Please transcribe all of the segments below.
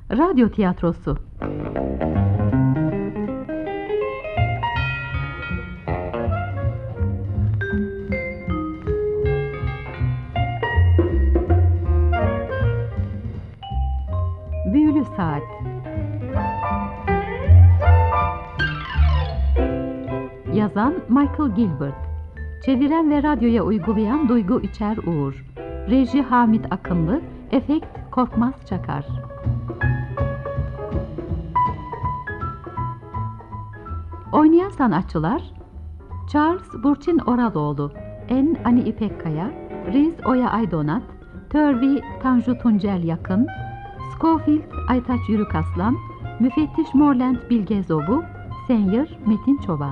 Radyo tiyatrosu. Büyülü Saat. Yazan Michael Gilbert. Çeviren ve radyoya uygulayan Duygu İçer Uğur. Reji Hamit Akınlı. Efekt Korkmaz Çakar. Oynayan sanatçılar: Charles Burçin Oraloğlu, En Ani İpekkaya, Riz Oya Aydonat, Törvi Tanju Tuncel Yakın, Scofield Aytaç Yürükaslan, Müfettiş Morland Bilge Zobu, Senior Metin Çoban.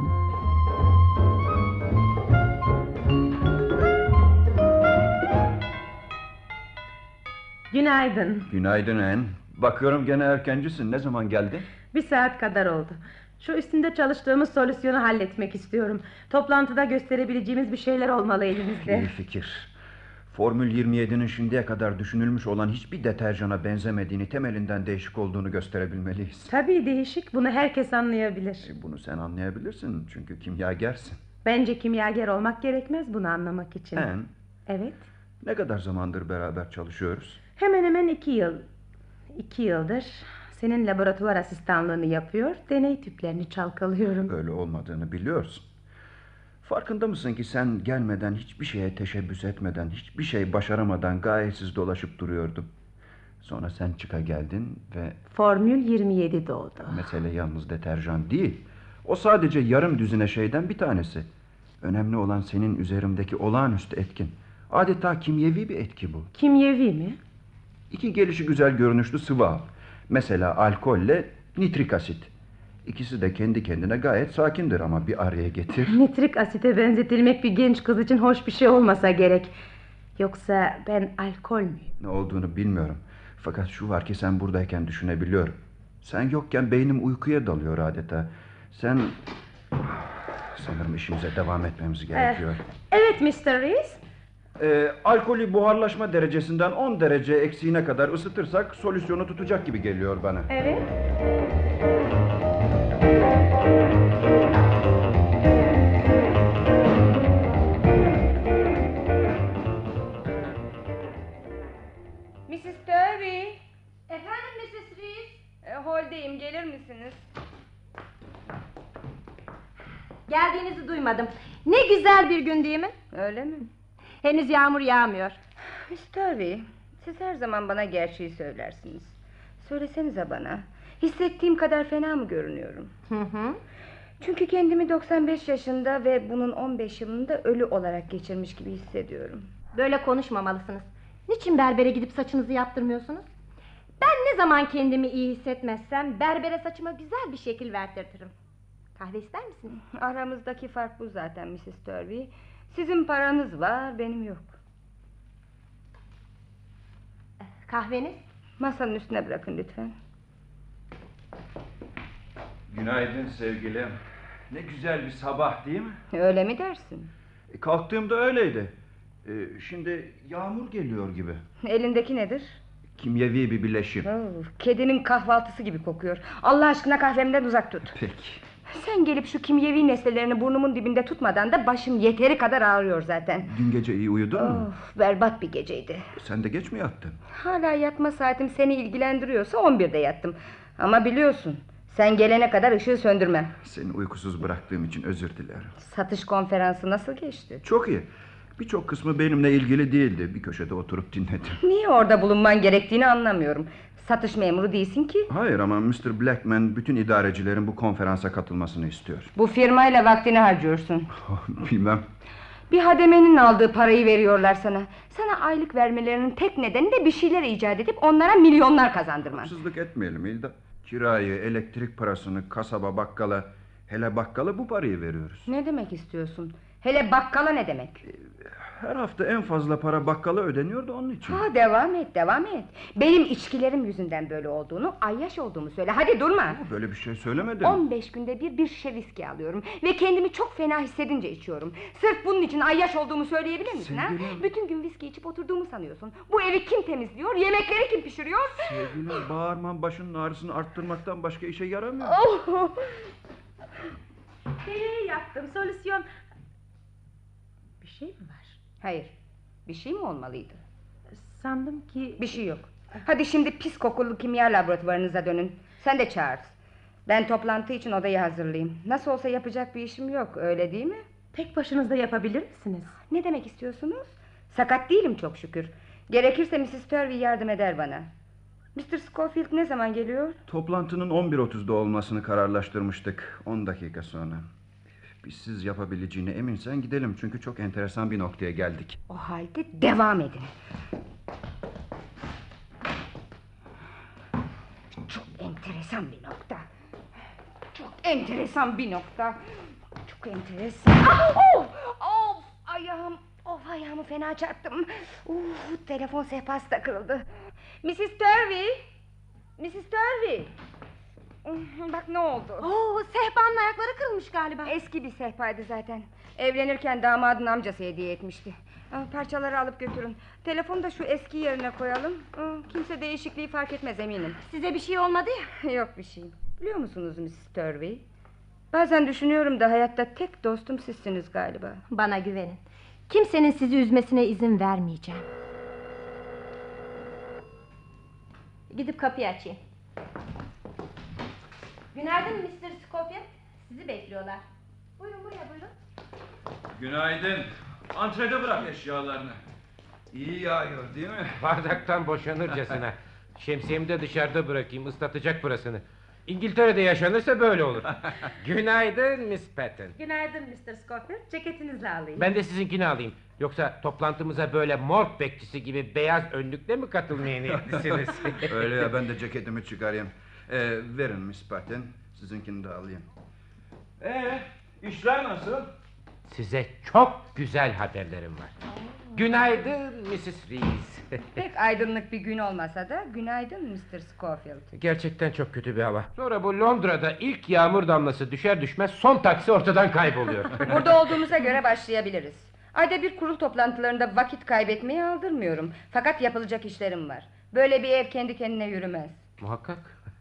Günaydın. Günaydın En. Bakıyorum gene erkencisin. Ne zaman geldin? 1 saat kadar oldu. Şu üstünde çalıştığımız solüsyonu halletmek istiyorum. Toplantıda gösterebileceğimiz bir şeyler olmalı elimizde. İyi fikir. Formül 27'nin şimdiye kadar düşünülmüş olan hiçbir deterjana benzemediğini, temelinden değişik olduğunu gösterebilmeliyiz. Tabii değişik. Bunu herkes anlayabilir. Bunu sen anlayabilirsin çünkü kimyagersin. Bence kimyager olmak gerekmez bunu anlamak için. En, evet. ne kadar zamandır beraber çalışıyoruz? Hemen hemen 2 yıl. 2 yıldır senin laboratuvar asistanlığını yapıyor, deney tüplerini çalkalıyorum. Öyle olmadığını biliyorsun. Farkında mısın ki sen gelmeden, hiçbir şeye teşebbüs etmeden, hiçbir şey başaramadan gayetsiz dolaşıp duruyordum. Sonra sen çıka geldin ve... Formül 27 doğdu. Mesele yalnız deterjan değil. O sadece yarım düzine şeyden bir tanesi. Önemli olan senin üzerimdeki olağanüstü etkin. Adeta kimyevi bir etki bu. Kimyevi mi? 2 gelişigüzel görünüşlü sıvı al. Mesela alkolle nitrik asit. İkisi de kendi kendine gayet sakindir ama bir araya getir. Nitrik asite benzetilmek bir genç kız için hoş bir şey olmasa gerek. Yoksa ben alkol müyüm? Ne olduğunu bilmiyorum. Fakat şu var ki sen buradayken düşünebiliyorum. Sen yokken beynim uykuya dalıyor adeta. Sanırım işimize devam etmemiz gerekiyor. Evet Mr. Rees. Alkolü buharlaşma derecesinden 10 derece eksiğine kadar ısıtırsak solüsyonu tutacak gibi geliyor bana. Evet. Mrs. Turvey. Efendim Mrs. Rees? Hall'deyim, gelir misiniz? Geldiğinizi duymadım. Ne güzel bir gün değil mi? Öyle mi? Henüz yağmur yağmıyor. Mrs. Turvey, siz her zaman bana gerçeği söylersiniz. Söylesenize bana, hissettiğim kadar fena mı görünüyorum? Hı. Çünkü kendimi 95 yaşında ve bunun 15 yılında ölü olarak geçirmiş gibi hissediyorum. Böyle konuşmamalısınız. Niçin berbere gidip saçınızı yaptırmıyorsunuz? Ben ne zaman kendimi iyi hissetmezsem berbere saçıma güzel bir şekil verdirtirim. Kahve ister misiniz? Aramızdaki fark bu zaten Mrs. Turvey. Sizin paranız var, benim yok. Kahveniz? Masanın üstüne bırakın lütfen. Günaydın sevgilim. Ne güzel bir sabah değil mi? Öyle mi dersin? Kalktığımda öyleydi. Şimdi yağmur geliyor gibi. Elindeki nedir? Kimyevi bir bileşim. Kedinin kahvaltısı gibi kokuyor. Allah aşkına kahvemden uzak tut. Peki. Sen gelip şu kimyevi nesnelerini burnumun dibinde tutmadan da başım yeteri kadar ağrıyor zaten. Dün gece iyi uyudun mu? Berbat bir geceydi. Sen de geç mi yattın? Hala yatma saatim seni ilgilendiriyorsa 11'de yattım. Ama biliyorsun, sen gelene kadar ışığı söndürmem. Seni uykusuz bıraktığım için özür dilerim. Satış konferansı nasıl geçti? Çok iyi. Birçok kısmı benimle ilgili değildi. Bir köşede oturup dinledim. Niye orada bulunman gerektiğini anlamıyorum. Satış memuru değilsin ki. Hayır ama Mr. Blackman bütün idarecilerin bu konferansa katılmasını istiyor. Bu firmayla vaktini harcıyorsun. Bilmem. Bir hademenin aldığı parayı veriyorlar sana. Sana aylık vermelerinin tek nedeni de bir şeyler icat edip onlara milyonlar kazandırman. Haksızlık etmeyelim İlda. Kirayı, elektrik parasını, kasaba, bakkala, hele bakkala bu parayı veriyoruz. Ne demek istiyorsun? Hele bakkala ne demek? Her hafta en fazla para bakkala ödeniyordu onun için. Devam et. Benim içkilerim yüzünden böyle olduğunu, ayyaş olduğumu söyle. Hadi durma. Böyle bir şey söylemedim. 15 günde bir şişe viski alıyorum ve kendimi çok fena hissedince içiyorum. Sırf bunun için ayyaş olduğumu söyleyebilir misin? Sevgilim. Bütün gün viski içip oturduğumu sanıyorsun. Bu evi kim temizliyor? Yemekleri kim pişiriyor? Sevgilim, bağırman başının ağrısını arttırmaktan başka işe yaramıyor. Yaptım solüsyon. Bir şey mi var? Hayır. Bir şey mi olmalıydı? Sandım ki... Bir şey yok. Hadi şimdi pis kokulu kimya laboratuvarınıza dönün. Sen de Charles. Ben toplantı için odayı hazırlayayım. Nasıl olsa yapacak bir işim yok, öyle değil mi? Tek başınıza yapabilir misiniz? Ne demek istiyorsunuz? Sakat değilim çok şükür. Gerekirse Mrs. Turvey yardım eder bana. Mr. Scofield ne zaman geliyor? Toplantının 11.30'da olmasını kararlaştırmıştık. 10 dakika sonra. Biz siz yapabileceğine eminsen gidelim. Çünkü çok enteresan bir noktaya geldik. O halde devam edin. Çok enteresan bir nokta. Çok enteresan bir nokta. Çok enteresan. Of ayağım. Ayağımı fena çarptım. Telefon sehpası da kırıldı. Mrs. Turvey. Mrs. Turvey. Bak ne oldu. Sehpanın ayakları kırılmış galiba. Eski bir sehpaydı zaten. Evlenirken damadın amcası hediye etmişti. Parçaları alıp götürün. Telefonu da şu eski yerine koyalım. Kimse değişikliği fark etmez eminim. Size bir şey olmadı ya? Yok bir şey. Biliyor musunuz Mrs. Turvey? Bazen düşünüyorum da hayatta tek dostum sizsiniz galiba. Bana güvenin. Kimsenin sizi üzmesine izin vermeyeceğim. Gidip kapıyı açayım. Günaydın Mr. Scofield. Sizi bekliyorlar. Buyurun buraya buyurun. Günaydın. Antrede bırak eşyalarını. İyi yağıyor değil mi? Bardaktan boşanırcasına. Şemsiyemi de dışarıda bırakayım, ıslatacak burasını. İngiltere'de yaşanırsa böyle olur. Günaydın Miss Patton. Günaydın Mr. Scofield. Ceketinizi alayım. Ben de sizinkini alayım. Yoksa toplantımıza böyle morg bekçisi gibi beyaz önlükle mi katılmaya niyetlisiniz? Öyle ya, ben de ceketimi çıkarayım. Verin Miss Patton. Sizinkini de alayım. İşler nasıl? Size çok güzel haberlerim var. Günaydın Mrs. Rees. Pek aydınlık bir gün olmasa da günaydın Mr. Scofield. Gerçekten çok kötü bir hava. Sonra bu Londra'da ilk yağmur damlası düşer düşmez son taksi ortadan kayboluyor. Burada olduğumuza göre başlayabiliriz. Ayda bir kurul toplantılarında vakit kaybetmeyi aldırmıyorum. Fakat yapılacak işlerim var. Böyle bir ev kendi kendine yürümez. Muhakkak.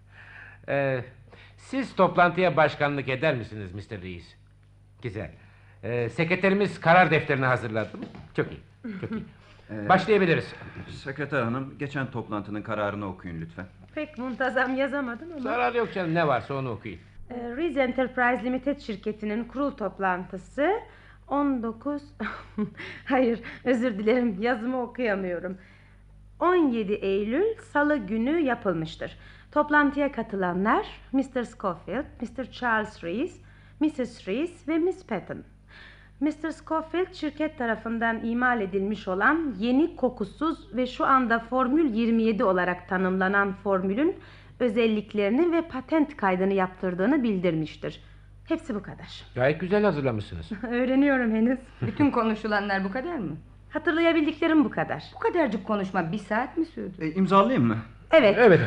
Siz toplantıya başkanlık eder misiniz Mr. Rees? Güzel. Sekreterimiz karar defterini hazırladı mı? Çok iyi. Çok iyi. Başlayabiliriz. Sekreter hanım, geçen toplantının kararını okuyun lütfen. Pek muntazam yazamadım ama... Zarar yok canım, ne varsa onu okuyun. Rees Enterprise Limited şirketinin kurul toplantısı 19... Hayır, özür dilerim, yazımı okuyamıyorum. 17 Eylül Salı günü yapılmıştır. Toplantıya katılanlar Mr. Scofield, Mr. Charles Rees, Mrs. Rees ve Miss Patton. Mr. Scofield şirket tarafından imal edilmiş olan yeni kokusuz ve şu anda Formül 27 olarak tanımlanan formülün özelliklerini ve patent kaydını yaptırdığını bildirmiştir. Hepsi bu kadar. Gayet güzel hazırlamışsınız. Öğreniyorum henüz. Bütün konuşulanlar bu kadar mı? Hatırlayabildiklerim bu kadar. Bu kadarcık konuşma 1 saat mi sürdü? İmzalayayım mı? Evet. Evet.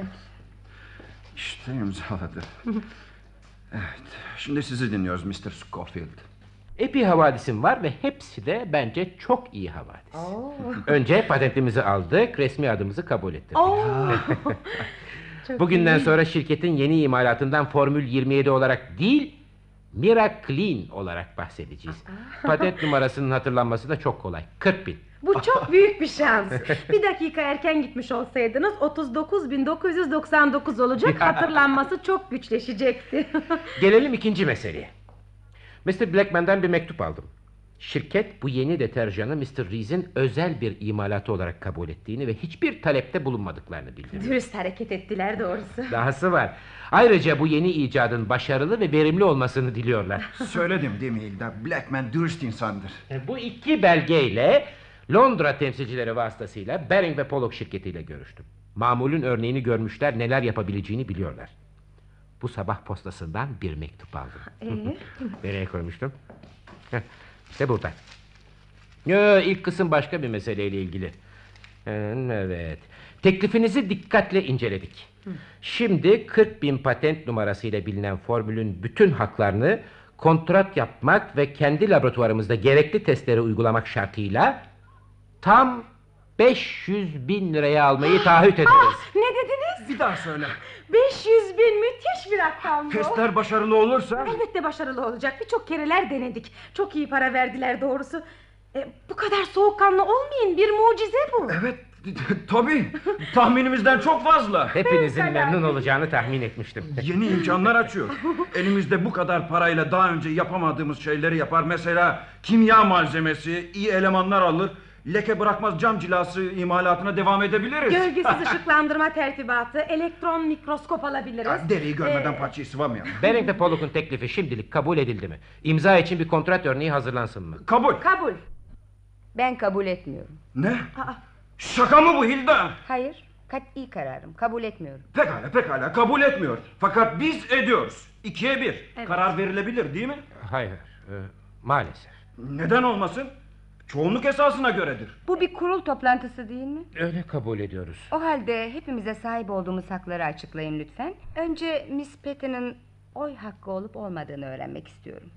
İşte imzaladı. Evet. Şimdi sizi dinliyoruz Mr. Scofield. Epey havadisim var ve hepsi de bence çok iyi havadis. Önce patentimizi aldık, resmi adımızı kabul ettirdik. Bugünden sonra şirketin yeni imalatından Formül 27 olarak değil, Miraclean olarak bahsedeceğiz. Patent numarasının hatırlanması da çok kolay. 40.000. Bu çok büyük bir şans. Bir dakika erken gitmiş olsaydınız 39.999 olacak. Hatırlanması çok güçleşecekti. Gelelim ikinci meseleye. Mr. Blackman'dan bir mektup aldım. Şirket bu yeni deterjanı Mr. Rees'in özel bir imalatı olarak kabul ettiğini ve hiçbir talepte bulunmadıklarını bildirdi. Dürüst hareket ettiler doğrusu. Dahası var. Ayrıca bu yeni icadın başarılı ve verimli olmasını diliyorlar. Söyledim değil mi Hilda? Blackman dürüst insandır. Bu iki belgeyle Londra temsilcileri vasıtasıyla Baring ve Pollock şirketiyle görüştüm. Mamulün örneğini görmüşler, neler yapabileceğini biliyorlar. Bu sabah postasından bir mektup aldım. Nereye koymuştum? İşte burada. İlk kısım başka bir meseleyle ilgili. Evet. Teklifinizi dikkatle inceledik. Şimdi 40.000 patent numarasıyla bilinen formülün bütün haklarını kontrat yapmak ve kendi laboratuvarımızda gerekli testleri uygulamak şartıyla tam 500.000 liraya almayı taahhüt ederiz. Ne dediniz? Bir daha söyle. 500.000 müthiş bir rakam bu. Testler başarılı olursa? Elbette başarılı olacak. Birçok kereler denedik. Çok iyi para verdiler doğrusu. Bu kadar soğukkanlı olmayın. Bir mucize bu. Evet, tabii. Tahminimizden çok fazla. Hepinizin memnun olacağını tahmin etmiştim. Yeni imkanlar açıyor. Elimizde bu kadar parayla daha önce yapamadığımız şeyleri yapar. Mesela kimya malzemesi, iyi elemanlar alır, leke bırakmaz cam cilası imalatına devam edebiliriz. Gölgesiz ışıklandırma tertibatı, elektron mikroskop alabiliriz. Deriyi görmeden parçayı sıvamayalım. Bering ve Pollock'un teklifi şimdilik kabul edildi mi? İmza için bir kontrat örneği hazırlansın mı? Kabul. Kabul. Ben kabul etmiyorum. Ne? Şaka mı bu Hilda? Hayır, kat'i kararım. Kabul etmiyorum. Pekala kabul etmiyor. Fakat biz ediyoruz. 2'ye 1. Evet. Karar verilebilir değil mi? Hayır, maalesef. Neden olmasın? Çoğunluk esasına göredir. Bu bir kurul toplantısı değil mi? Öyle kabul ediyoruz. O halde hepimize sahip olduğumuz hakları açıklayın lütfen. Önce Miss Patton'ın oy hakkı olup olmadığını öğrenmek istiyorum.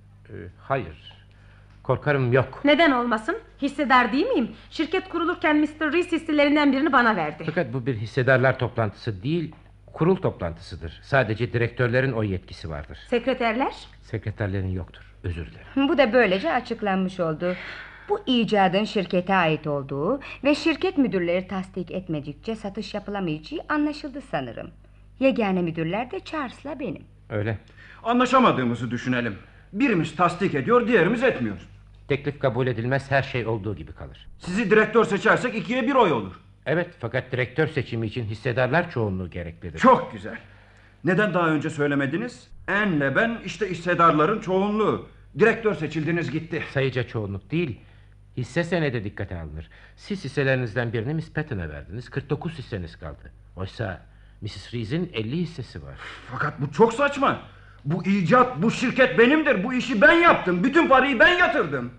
Hayır. Korkarım yok. Neden olmasın? Hissedar değil miyim? Şirket kurulurken Mr. Reese hisselerinden birini bana verdi. Fakat bu bir hissedarlar toplantısı değil, kurul toplantısıdır. Sadece direktörlerin oy yetkisi vardır. Sekreterler? Sekreterlerin yoktur. Özür dilerim. Bu da böylece açıklanmış oldu. Bu icadın şirkete ait olduğu ve şirket müdürleri tasdik etmedikçe satış yapılamayacağı anlaşıldı sanırım. Yegane müdürler de Charles'la benim. Öyle. Anlaşamadığımızı düşünelim. Birimiz tasdik ediyor, diğerimiz etmiyor. Teklif kabul edilmez, her şey olduğu gibi kalır. Sizi direktör seçersek 2'ye 1 oy olur. Evet, fakat direktör seçimi için hissedarlar çoğunluğu gereklidir. Çok güzel. Neden daha önce söylemediniz? En'le ben işte hissedarların çoğunluğu. Direktör seçildiniz gitti. Sayıca çoğunluk değil, hisse senedi dikkate alınır. Siz hisselerinizden birini Miss Patton'a verdiniz, 49 hisseniz kaldı. Oysa Mrs. Reese'in 50 hissesi var. Fakat bu çok saçma. Bu icat, bu şirket benimdir. Bu işi ben yaptım. Bütün parayı ben yatırdım.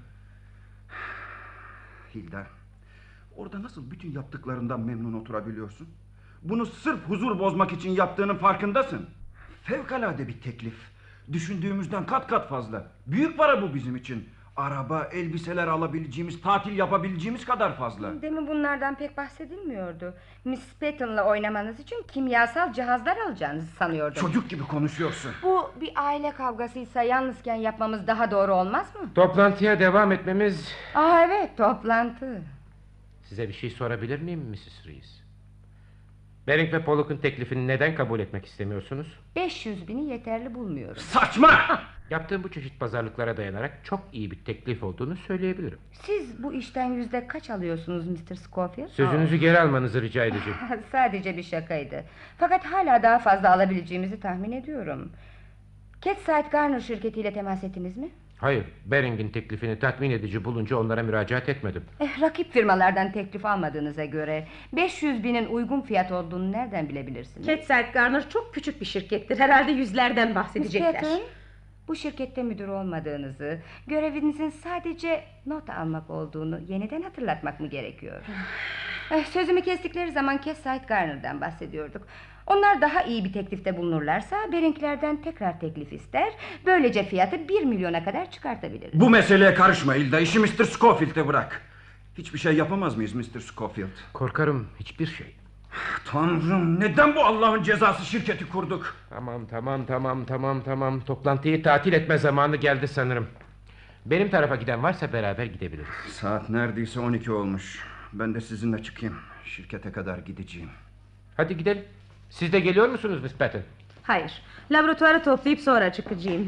Hilda, orada nasıl bütün yaptıklarından memnun oturabiliyorsun? Bunu sırf huzur bozmak için yaptığının farkındasın. Fevkalade bir teklif. Düşündüğümüzden kat kat fazla. Büyük para bu bizim için. Araba, elbiseler alabileceğimiz, tatil yapabileceğimiz kadar fazla. Demin bunlardan pek bahsedilmiyordu. Miss Patton'la oynamanız için kimyasal cihazlar alacağınızı sanıyordum. Çocuk gibi konuşuyorsun. Bu bir aile kavgasıysa yalnızken yapmamız daha doğru olmaz mı? Toplantıya devam etmemiz... Evet, toplantı. Size bir şey sorabilir miyim Mrs. Reese? Bering ve Pollock'un teklifini neden kabul etmek istemiyorsunuz? 500.000'i yeterli bulmuyorum. Saçma! Yaptığım bu çeşit pazarlıklara dayanarak çok iyi bir teklif olduğunu söyleyebilirim. Siz bu işten kaç alıyorsunuz Mr. Scofield? Sözünüzü geri almanızı rica edeceğim. Sadece bir şakaydı. Fakat hala daha fazla alabileceğimizi tahmin ediyorum. Catside Garner şirketiyle temas ettiniz mi? Hayır, Bering'in teklifini tatmin edici bulunca onlara müracaat etmedim. Rakip firmalardan teklif almadığınıza göre 500.000'in uygun fiyat olduğunu nereden bilebilirsiniz? Catside Garner çok küçük bir şirkettir. Herhalde yüzlerden bahsedecekler. Miss Patton, bu şirkette müdür olmadığınızı, görevinizin sadece not almak olduğunu yeniden hatırlatmak mı gerekiyor? Sözümü kestikleri zaman Catside Garner'dan bahsediyorduk. Onlar daha iyi bir teklifte bulunurlarsa Bering'lerden tekrar teklif ister. Böylece fiyatı 1 milyona kadar çıkartabiliriz. Bu meseleye karışma Hilda. İşi Mr. Scofield'e bırak. Hiçbir şey yapamaz mıyız Mr. Scofield? Korkarım hiçbir şey. Tanrım, neden bu Allah'ın cezası şirketi kurduk? Tamam. Toplantıyı tatil etme zamanı geldi sanırım. Benim tarafa giden varsa beraber gidebiliriz. Saat neredeyse 12 olmuş. Ben de sizinle çıkayım. Şirkete kadar gideceğim. Hadi gidelim. Siz de geliyor musunuz Miss Patton? Hayır. Laboratuvarı toplayıp sonra çıkacağım.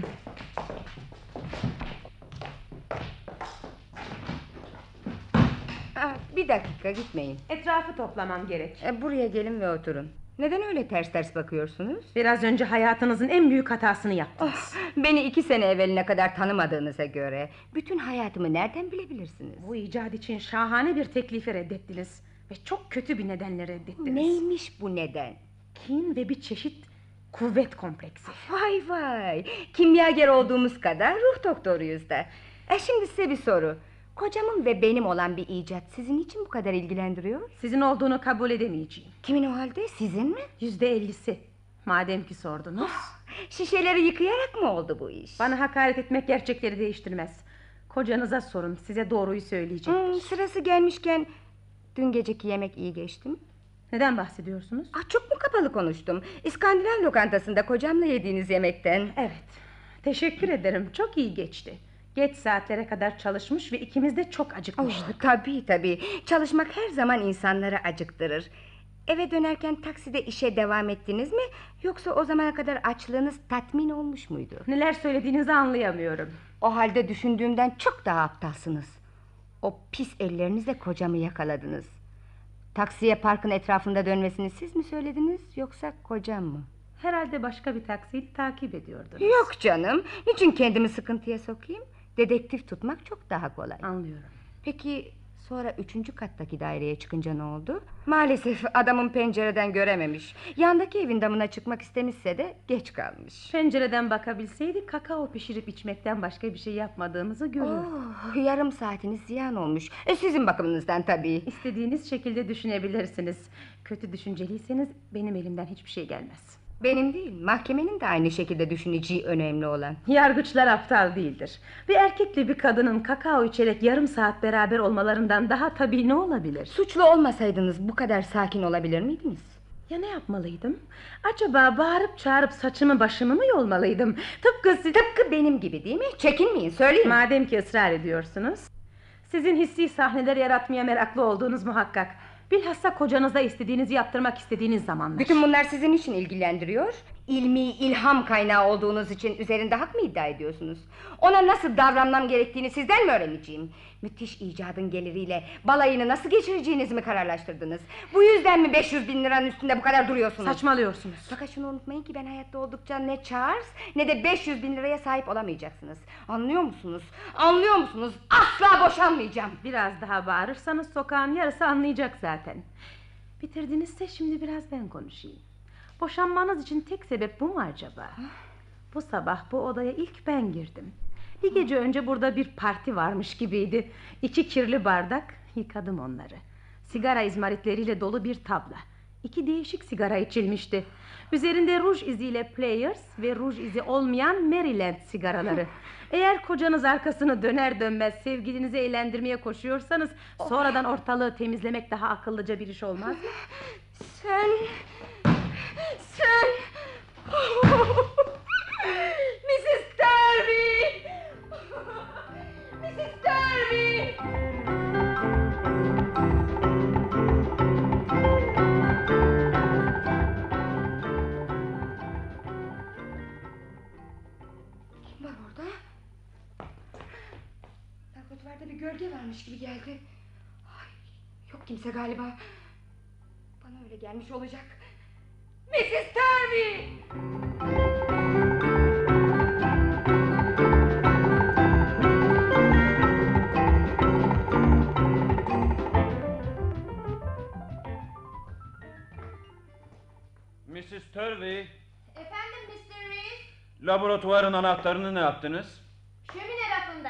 Bir dakika, gitmeyin. Etrafı toplamam gerek. Buraya gelin ve oturun. Neden öyle ters bakıyorsunuz? Biraz önce hayatınızın en büyük hatasını yaptınız. Beni 2 sene evveline kadar tanımadığınıza göre bütün hayatımı nereden bilebilirsiniz? Bu icat için şahane bir teklifi reddettiniz. Ve çok kötü bir nedenle reddettiniz. Neymiş bu neden? Kin ve bir çeşit kuvvet kompleksi. Vay, kimyager olduğumuz kadar ruh doktoruyuz da. Şimdi size bir soru. Kocamın ve benim olan bir icat sizin için bu kadar ilgilendiriyor? Sizin olduğunu kabul edemeyeceğim. Kimin o halde, sizin mi? %50'si. Madem ki sordunuz. Şişeleri yıkayarak mı oldu bu iş? Bana hakaret etmek gerçekleri değiştirmez. Kocanıza sorun, size doğruyu söyleyecektir. Sırası gelmişken, dün geceki yemek iyi geçti mi? Neden bahsediyorsunuz? Çok mu kapalı konuştum? İskandinav lokantasında kocamla yediğiniz yemekten. Evet, teşekkür ederim, çok iyi geçti. Geç saatlere kadar çalışmış ve ikimiz de çok acıkmıştık. Tabii. Çalışmak her zaman insanları acıktırır. Eve dönerken takside işe devam ettiniz mi? Yoksa o zamana kadar açlığınız tatmin olmuş muydu? Neler söylediğinizi anlayamıyorum. O halde düşündüğümden çok daha aptalsınız. O pis ellerinizle kocamı yakaladınız. Taksiye parkın etrafında dönmesini siz mi söylediniz, yoksa kocam mı? Herhalde başka bir taksiyi takip ediyordunuz. Yok canım, niçin kendimi sıkıntıya sokayım? Dedektif tutmak çok daha kolay. Anlıyorum. Peki sonra 3. kattaki daireye çıkınca ne oldu? Maalesef adamın pencereden görememiş. Yandaki evin damına çıkmak istemişse de geç kalmış. Pencereden bakabilseydi kakao pişirip içmekten başka bir şey yapmadığımızı görürdü. Yarım saatiniz ziyan olmuş. Sizin bakımınızdan tabii. İstediğiniz şekilde düşünebilirsiniz. Kötü düşünceliyseniz benim elimden hiçbir şey gelmez. Benim değil, mahkemenin de aynı şekilde düşüneceği önemli olan. Yargıçlar aptal değildir. Bir erkekle bir kadının kakao içerek yarım saat beraber olmalarından daha tabii ne olabilir? Suçlu olmasaydınız bu kadar sakin olabilir miydiniz? Ya ne yapmalıydım? Acaba bağırıp çağırıp saçımı başımı mı yolmalıydım? Tıpkı benim gibi değil mi? Çekinmeyin, söyleyin. Madem ki ısrar ediyorsunuz. Sizin hissi sahneler yaratmaya meraklı olduğunuz muhakkak. Bilhassa kocanıza istediğinizi yaptırmak istediğiniz zamanlar. Bütün bunlar sizin için ilgilendiriyor. İlmi, ilham kaynağı olduğunuz için üzerinde hak mı iddia ediyorsunuz? Ona nasıl davranmam gerektiğini sizden mi öğreneceğim? Müthiş icadın geliriyle balayını nasıl geçireceğinizi mi kararlaştırdınız? Bu yüzden mi 500 bin liranın üstünde bu kadar duruyorsunuz? Saçmalıyorsunuz. Fakat şunu unutmayın ki ben hayatta oldukça ne Charles ne de 500 bin liraya sahip olamayacaksınız. Anlıyor musunuz? Anlıyor musunuz? Asla boşanmayacağım. Biraz daha bağırırsanız sokağın yarısı anlayacak zaten. Bitirdinizse şimdi biraz ben konuşayım. Boşanmanız için tek sebep bu mu acaba? Bu sabah bu odaya ilk ben girdim. Bir gece önce burada bir parti varmış gibiydi. 2 kirli bardak, yıkadım onları. Sigara izmaritleriyle dolu bir tabla. 2 değişik sigara içilmişti. Üzerinde ruj iziyle Players ve ruj izi olmayan Maryland sigaraları. Eğer kocanız arkasını döner dönmez sevgilinizi eğlendirmeye koşuyorsanız sonradan ortalığı temizlemek daha akıllıca bir iş olmaz mı? Sen Mrs. Derby! Mrs. Derby! Kim var orada? Laboratuvarda bir gölge varmış gibi geldi. Yok kimse galiba. Bana öyle gelmiş olacak. Mrs. Derby! Mrs. Turvey, Efendim Mr. Reese? laboratuvarın anahtarını ne yaptınız? Şömine rafında.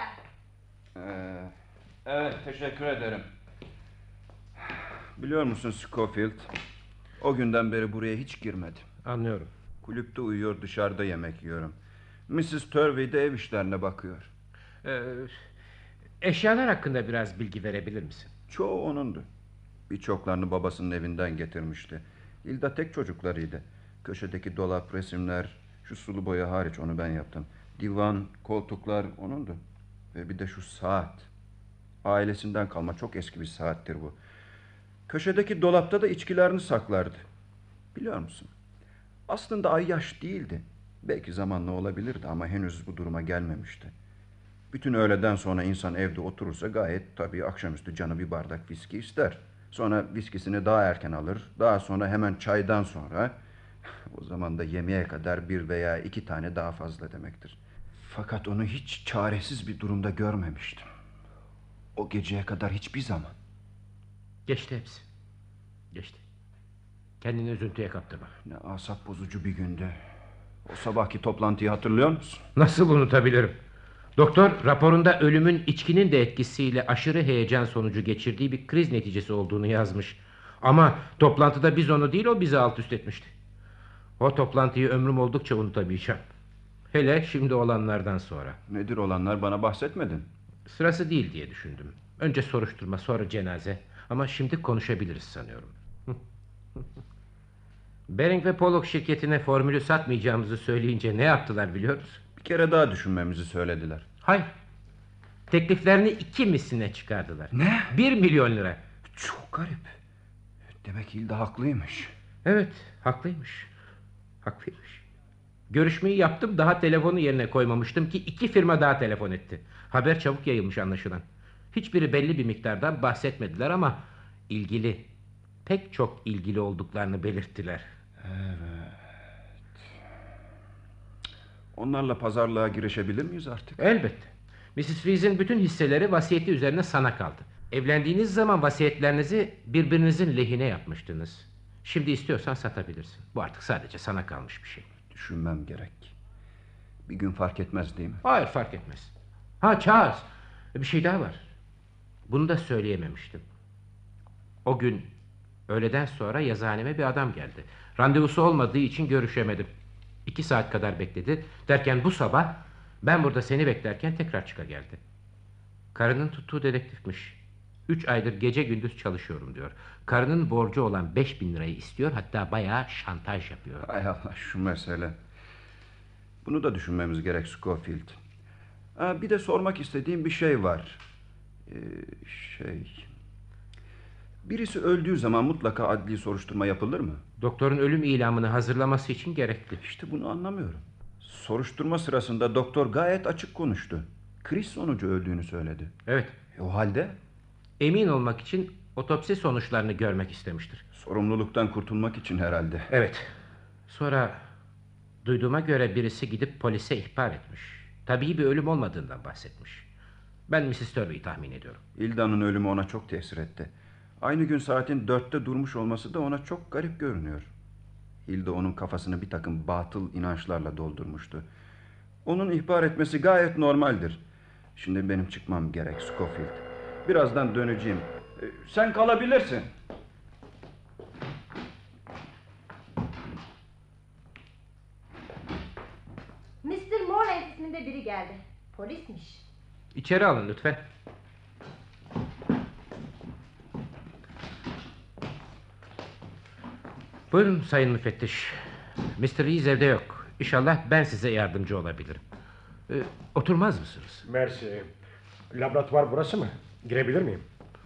Evet, teşekkür ederim. Biliyor musun Scofield, o günden beri buraya hiç girmedim. Anlıyorum. Kulüpte uyuyor, dışarıda yemek yiyorum. Mrs. Turvey de ev işlerine bakıyor. Eşyalar hakkında biraz bilgi verebilir misin? Çoğu onundu. Birçoklarını babasının evinden getirmişti. Hilda tek çocuklarıydı. Köşedeki dolap, resimler, şu sulu boya hariç onu ben yaptım. Divan, koltuklar onundu. Ve bir de şu saat. Ailesinden kalma çok eski bir saattir bu. Köşedeki dolapta da içkilerini saklardı. Biliyor musun? Aslında ayyaş değildi. Belki zamanla olabilirdi ama henüz bu duruma gelmemişti. Bütün öğleden sonra insan evde oturursa gayet tabii akşamüstü canı bir bardak viski ister. Sonra viskisini daha erken alır. Daha sonra hemen çaydan sonra. O zaman da yemeğe kadar 1 veya 2 tane daha fazla demektir. Fakat onu hiç çaresiz bir durumda görmemiştim. O geceye kadar hiçbir zaman. Geçti hepsi. Geçti. Kendini üzüntüye kaptırma. Ne asap bozucu bir gündü. O sabahki toplantıyı hatırlıyor musun? Nasıl unutabilirim? Doktor raporunda ölümün içkinin de etkisiyle aşırı heyecan sonucu geçirdiği bir kriz neticesi olduğunu yazmış. Ama toplantıda biz onu değil, o bizi alt üst etmişti. O toplantıyı ömrüm oldukça unutamayacağım. Hele şimdi olanlardan sonra. Nedir olanlar, bana bahsetmedin? Sırası değil diye düşündüm. Önce soruşturma, sonra cenaze. Ama şimdi konuşabiliriz sanıyorum. Bering ve Pollock şirketine formülü satmayacağımızı söyleyince ne yaptılar biliyor musun? Bir kere daha düşünmemizi söylediler. Hayır. Tekliflerini 2 misline çıkardılar. Ne? 1 milyon lira. Çok garip. Demek Hilda haklıymış. Evet, haklıymış. Haklıymış. Görüşmeyi yaptım, daha telefonu yerine koymamıştım ki 2 firma daha telefon etti. Haber çabuk yayılmış anlaşılan. Hiçbiri belli bir miktardan bahsetmediler ama ilgili, pek çok ilgili olduklarını belirttiler. Evet. Onlarla pazarlığa girişebilir miyiz artık? Elbette. Mrs. Rees'in bütün hisseleri vasiyeti üzerine sana kaldı. Evlendiğiniz zaman vasiyetlerinizi birbirinizin lehine yapmıştınız. Şimdi istiyorsan satabilirsin. Bu artık sadece sana kalmış bir şey. Düşünmem gerek. Bir gün fark etmez değil mi? Hayır, fark etmez. Ha Charles, bir şey daha var. Bunu da söyleyememiştim. O gün öğleden sonra yazıhaneme bir adam geldi. Randevusu olmadığı için görüşemedim. 2 saat kadar bekledi. Derken bu sabah ben burada seni beklerken tekrar geldi. Karının tuttuğu dedektifmiş. 3 aydır gece gündüz çalışıyorum diyor. Karının borcu olan 5.000 lirayı istiyor. Hatta bayağı şantaj yapıyor. Hay Allah, şu mesele. Bunu da düşünmemiz gerek Scofield. Bir de sormak istediğim bir şey var. Birisi öldüğü zaman mutlaka adli soruşturma yapılır mı? Doktorun ölüm ilamını hazırlaması için gerekli. İşte bunu anlamıyorum. Soruşturma sırasında doktor gayet açık konuştu. Kriz sonucu öldüğünü söyledi. Evet. O halde? Emin olmak için otopsi sonuçlarını görmek istemiştir. Sorumluluktan kurtulmak için herhalde. Evet. Sonra duyduğuma göre birisi gidip polise ihbar etmiş. Tabii bir ölüm olmadığından bahsetmiş. Ben Mrs. Turley'i tahmin ediyorum. Hilda'nın ölümü ona çok tesir etti. Aynı gün saatin 4'te durmuş olması da ona çok garip görünüyor. Hilda onun kafasını bir takım batıl inançlarla doldurmuştu. Onun ihbar etmesi gayet normaldir. Şimdi benim çıkmam gerek Scofield. Birazdan döneceğim. Sen kalabilirsin. Mr. Morland isminde biri geldi. Polismiş. İçeri alın lütfen. Buyurun sayın müfettiş. Mr. Rees evde yok. İnşallah ben size yardımcı olabilirim. Oturmaz mısınız? Mersi. Laboratuvar burası mı? Girebilir miyim?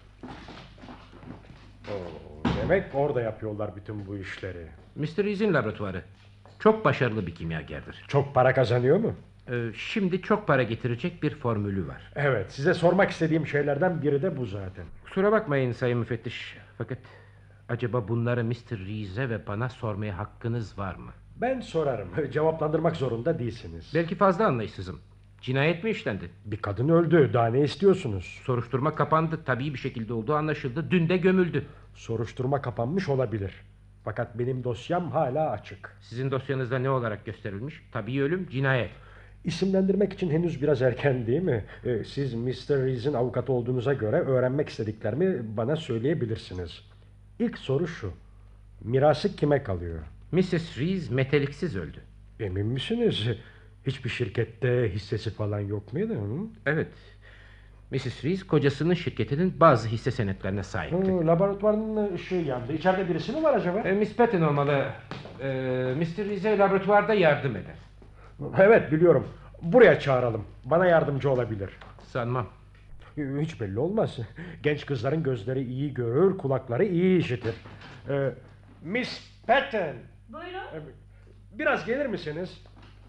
Demek orada yapıyorlar bütün bu işleri. Mr. Rees'in laboratuvarı. Çok başarılı bir kimyagerdir. Çok para kazanıyor mu? Şimdi çok para getirecek bir formülü var. Evet, size sormak istediğim şeylerden biri de bu zaten. Kusura bakmayın sayın müfettiş. Fakat acaba bunları Mr. Rees'e ve bana sormaya hakkınız var mı? Ben sorarım. Cevaplandırmak zorunda değilsiniz. Belki fazla anlayışsızım. Cinayet mi işlendi? Bir kadın öldü. Daha ne istiyorsunuz? Soruşturma kapandı. Tabii bir şekilde olduğu anlaşıldı. Dün de gömüldü. Soruşturma kapanmış olabilir. Fakat benim dosyam hala açık. Sizin dosyanızda ne olarak gösterilmiş? Tabii ölüm, cinayet. İsimlendirmek için henüz biraz erken değil mi? Siz Mr. Rees'in avukatı olduğunuza göre öğrenmek istediklerimi bana söyleyebilirsiniz. İlk soru şu. Mirası kime kalıyor? Mrs. Rees meteliksiz öldü. Emin misiniz? Hiçbir şirkette hissesi falan yok muydu? Hı? Evet. Mrs. Rees kocasının şirketinin bazı hisse senetlerine sahipti. Laboratuvarın ışığı yandı. İçeride birisi mi var acaba? Miss Patton olmalı. Mr. Rees'e laboratuvarda yardım eder. Evet, biliyorum. Buraya çağıralım. Bana yardımcı olabilir. Sanmam. Hiç belli olmaz. Genç kızların gözleri iyi görür, kulakları iyi işitir. Miss Patton. Buyurun. Biraz gelir misiniz?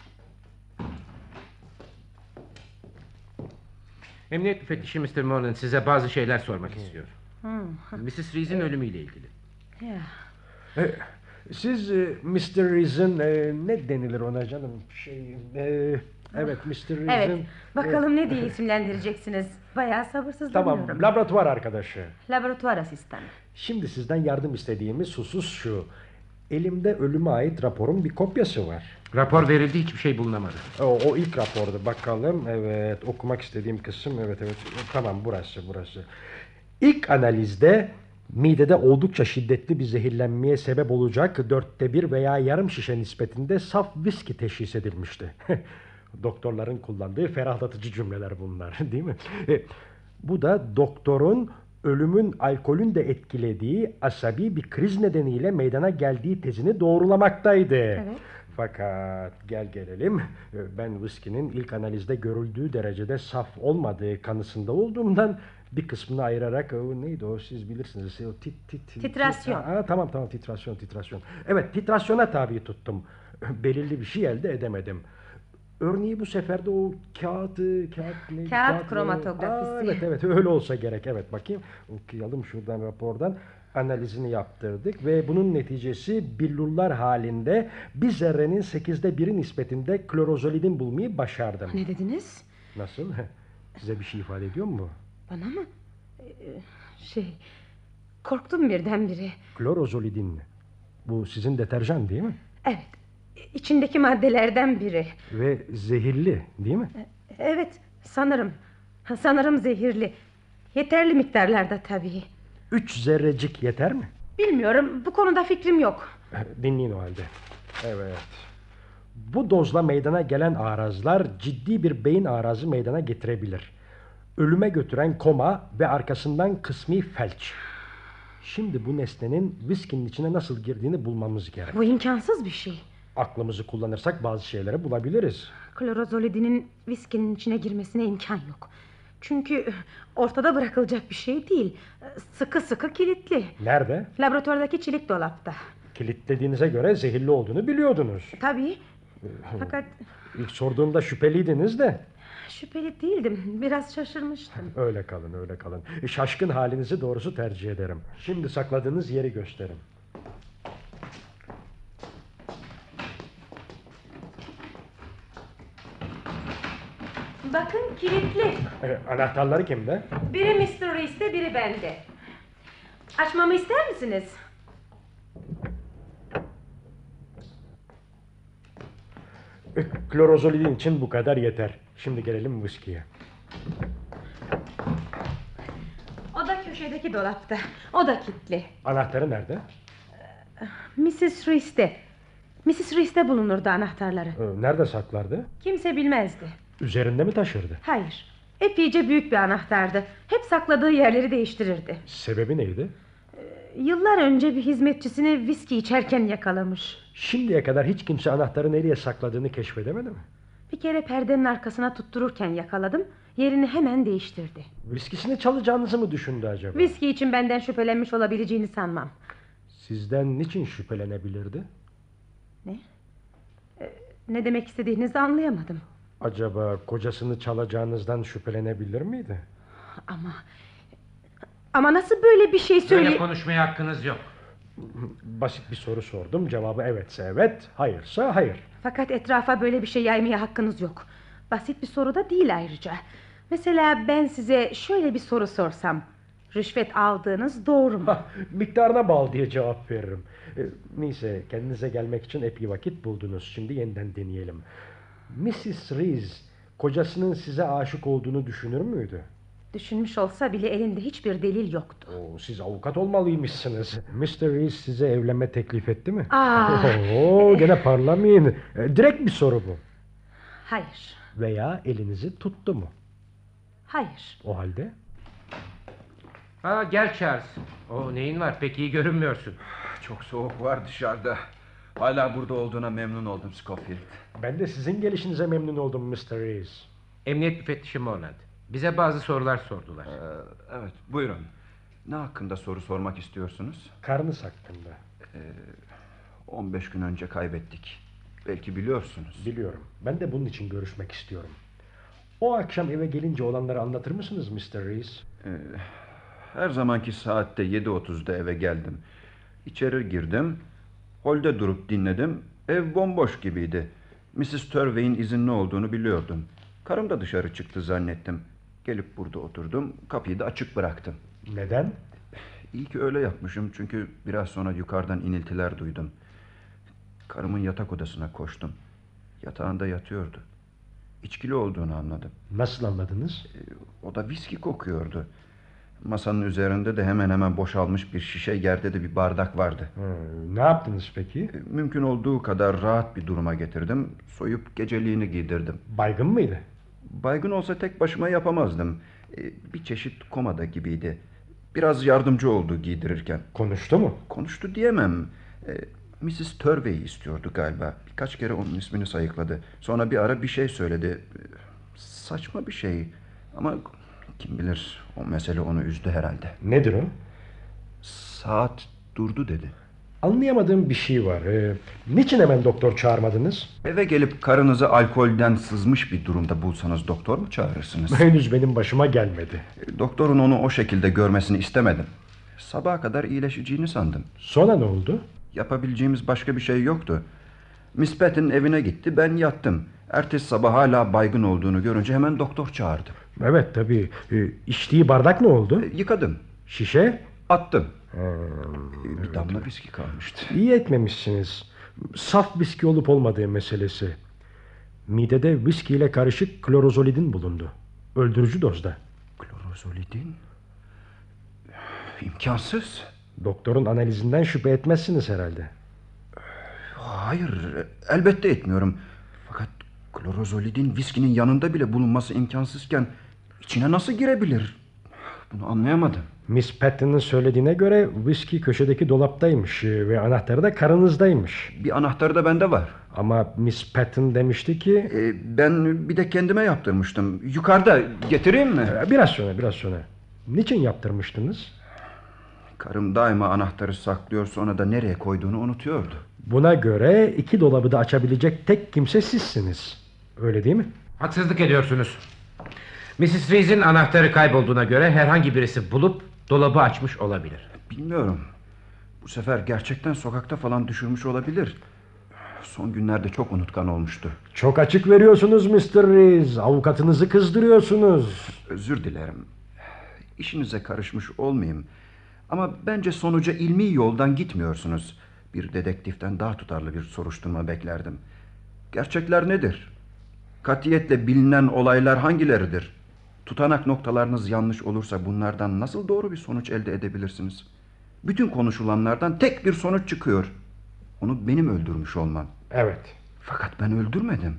Emniyet müfettişi Mr. Morland size bazı şeyler sormak istiyor. Mrs. Rees'in ölümüyle ilgili. Siz Mr. Rees'in ne denilir ona canım? Evet, Mr. Rees'in... Evet, bakalım ne diye isimlendireceksiniz. Bayağı sabırsızlanıyorum. Tamam, laboratuvar arkadaşı. Laboratuvar asistanı. Şimdi sizden yardım istediğimiz husus şu. Elimde ölüme ait raporun bir kopyası var. Rapor verildi, hiçbir şey bulunamadı. O ilk rapordu, bakalım. Evet, okumak istediğim kısım. Evet. Tamam, burası. İlk analizde midede oldukça şiddetli bir zehirlenmeye sebep olacak 1/4 veya yarım şişe nispetinde saf viski teşhis edilmişti. Doktorların kullandığı ferahlatıcı cümleler bunlar, değil mi? Bu da doktorun ölümün alkolün de etkilediği asabi bir kriz nedeniyle meydana geldiği tezini doğrulamaktaydı. Evet. Fakat gelelim. Ben viskinin ilk analizde görüldüğü derecede saf olmadığı kanısında olduğumdan bir kısmını ayırarak neydi o, siz bilirsiniz. Titrasyon. Tamam, titrasyon. Evet, titrasyona tabi tuttum. Belirli bir şey elde edemedim. Örneği bu sefer de o kağıt kromatografisi. Evet, öyle olsa gerek. Evet, bakayım. Okuyalım şuradan rapordan. Analizini yaptırdık ve bunun neticesi billurlar halinde bir zerrenin 1/8 nispetinde klorozolidin bulmayı başardım. Ne dediniz? Nasıl? Size bir şey ifade ediyor mu? Bana mı? Korktum birdenbire. Klorozolidin. Bu sizin deterjan değil mi? Evet. İçindeki maddelerden biri. Ve zehirli değil mi? Evet, sanırım zehirli. Yeterli miktarlarda tabii. 3 zerrecik yeter mi? Bilmiyorum, bu konuda fikrim yok. Dinleyin o halde. Evet. Bu dozla meydana gelen arazlar ciddi bir beyin arazı meydana getirebilir. Ölüme götüren koma ve arkasından kısmi felç. Şimdi bu nesnenin viskinin içine nasıl girdiğini bulmamız gerek. Bu imkansız bir şey. Aklımızı kullanırsak bazı şeyleri bulabiliriz. Klorozolidinin viskinin içine girmesine imkan yok. Çünkü ortada bırakılacak bir şey değil. Sıkı kilitli. Nerede? Laboratuvardaki çelik dolapta. Kilitlediğinize göre zehirli olduğunu biliyordunuz. Tabii. Fakat İlk sorduğumda şüpheliydiniz de. şüpheli değildim. Biraz şaşırmıştım. Öyle kalın. Şaşkın halinizi doğrusu tercih ederim. Şimdi sakladığınız yeri gösterin. Bakın, kilitli. Anahtarları kimde? Biri Mr. Reese'de, biri bende. Açmamı ister misiniz? Klorozolidin için bu kadar yeter. Şimdi gelelim viskiye. O da köşedeki dolapta. O da kilitli. Anahtarı nerede? Mrs. Reese'de bulunurdu anahtarları. Nerede saklardı? Kimse bilmezdi. Üzerinde mi taşırdı? Hayır. Epeyce büyük bir anahtardı. Hep sakladığı yerleri değiştirirdi. Sebebi neydi? Yıllar önce bir hizmetçisini viski içerken yakalamış. Şimdiye kadar hiç kimse anahtarı nereye sakladığını keşfedemedi mi? Bir kere perdenin arkasına tuttururken yakaladım. Yerini hemen değiştirdi. Viskisini çalacağınızı mı düşündü acaba? Viski için benden şüphelenmiş olabileceğini sanmam. Sizden niçin şüphelenebilirdi? Ne demek istediğinizi anlayamadım. Acaba kocasını çalacağınızdan şüphelenebilir miydi? Ama nasıl böyle bir şey söyle... Böyle konuşmaya hakkınız yok. Basit bir soru sordum. Cevabı evetse evet, hayırsa hayır. Fakat etrafa böyle bir şey yaymaya hakkınız yok. Basit bir soru da değil ayrıca. Mesela ben size şöyle bir soru sorsam. Rüşvet aldığınız doğru mu? Miktarına bağlı diye cevap veririm. Neyse, kendinize gelmek için epey vakit buldunuz. Şimdi yeniden deneyelim. Mrs. Reese kocasının size aşık olduğunu düşünür müydü? Düşünmüş olsa bile elinde hiçbir delil yoktu. Siz avukat olmalıymışsınız. Mr. Reese size evlenme teklif etti mi? Gene parlamayın. Direkt bir soru bu. Hayır. Veya elinizi tuttu mu? Hayır. O halde? Gel Charles. Neyin var, pek iyi görünmüyorsun. Çok soğuk var dışarıda. Hala burada olduğuna memnun oldum Scofield. Ben de sizin gelişinize memnun oldum Mr. Reese. Emniyet müfettişi Morland. Bize bazı sorular sordular. Evet, buyurun. Ne hakkında soru sormak istiyorsunuz? Karınız hakkında. 15 gün önce kaybettik. Belki biliyorsunuz. Biliyorum. Ben de bunun için görüşmek istiyorum. O akşam eve gelince olanları anlatır mısınız Mr. Reese? Her zamanki saatte 7:30'da eve geldim. İçeri girdim. Holde durup dinledim. Ev bomboş gibiydi. Mrs. Turvey'in izinli olduğunu biliyordum. Karım da dışarı çıktı zannettim. Gelip burada oturdum. Kapıyı da açık bıraktım. Neden? İyi ki öyle yapmışım. Çünkü biraz sonra yukarıdan iniltiler duydum. Karımın yatak odasına koştum. Yatağında yatıyordu. İçkili olduğunu anladım. Nasıl anladınız? O da viski kokuyordu. Masanın üzerinde de hemen hemen boşalmış bir şişe, yerde de bir bardak vardı. Ne yaptınız peki? Mümkün olduğu kadar rahat bir duruma getirdim. Soyup geceliğini giydirdim. Baygın mıydı? Baygın olsa tek başıma yapamazdım. Bir çeşit komada gibiydi. Biraz yardımcı oldu giydirirken. Konuştu mu? Konuştu diyemem. Mrs. Turvey'i istiyordu galiba. Birkaç kere onun ismini sayıkladı. Sonra bir ara bir şey söyledi. Saçma bir şey. Ama kim bilir, o mesele onu üzdü herhalde. Nedir o? Saat durdu dedi. Anlayamadığım bir şey var. Niçin hemen doktor çağırmadınız? Eve gelip karınızı alkolden sızmış bir durumda bulsanız doktor mu çağırırsınız? Henüz benim başıma gelmedi. Doktorun onu o şekilde görmesini istemedim. Sabaha kadar iyileşeceğini sandım. Sonra ne oldu? Yapabileceğimiz başka bir şey yoktu. Miss Pat'in evine gitti, ben yattım. Ertesi sabah hala baygın olduğunu görünce hemen doktor çağırdım. Evet tabii. İçtiği bardak ne oldu? Yıkadım. Şişe? Attım. Bir damla viski kalmıştı. İyi etmemişsiniz. Saf viski olup olmadığı meselesi. Midede viski ile karışık klorozolidin bulundu. Öldürücü dozda. Klorozolidin? İmkansız. Doktorun analizinden şüphe etmezsiniz herhalde. Hayır, elbette etmiyorum. Fakat klorozolidin viskinin yanında bile bulunması imkansızken içine nasıl girebilir? Bunu anlayamadım. Miss Patton'ın söylediğine göre viski köşedeki dolaptaymış ve anahtarı da karınızdaymış. Bir anahtarı da bende var. Ama Miss Patton demişti ki... Ben bir de kendime yaptırmıştım. Yukarıda, getireyim mi? Biraz sonra. Niçin yaptırmıştınız? Karım daima anahtarı saklıyor, sonra da nereye koyduğunu unutuyordu. Buna göre iki dolabı da açabilecek tek kimse sizsiniz. Öyle değil mi? Haksızlık ediyorsunuz. Mrs. Reese'in anahtarı kaybolduğuna göre herhangi birisi bulup dolabı açmış olabilir. Bilmiyorum. Bu sefer gerçekten sokakta falan düşürmüş olabilir. Son günlerde çok unutkan olmuştu. Çok açık veriyorsunuz Mr. Reese. Avukatınızı kızdırıyorsunuz. Özür dilerim. İşinize karışmış olmayayım. Ama bence sonuca ilmi yoldan gitmiyorsunuz. Bir dedektiften daha tutarlı bir soruşturma beklerdim. Gerçekler nedir? Katiyetle bilinen olaylar hangileridir? Tutanak noktalarınız yanlış olursa bunlardan nasıl doğru bir sonuç elde edebilirsiniz? Bütün konuşulanlardan tek bir sonuç çıkıyor. Onu benim öldürmüş olmam. Evet. Fakat ben öldürmedim.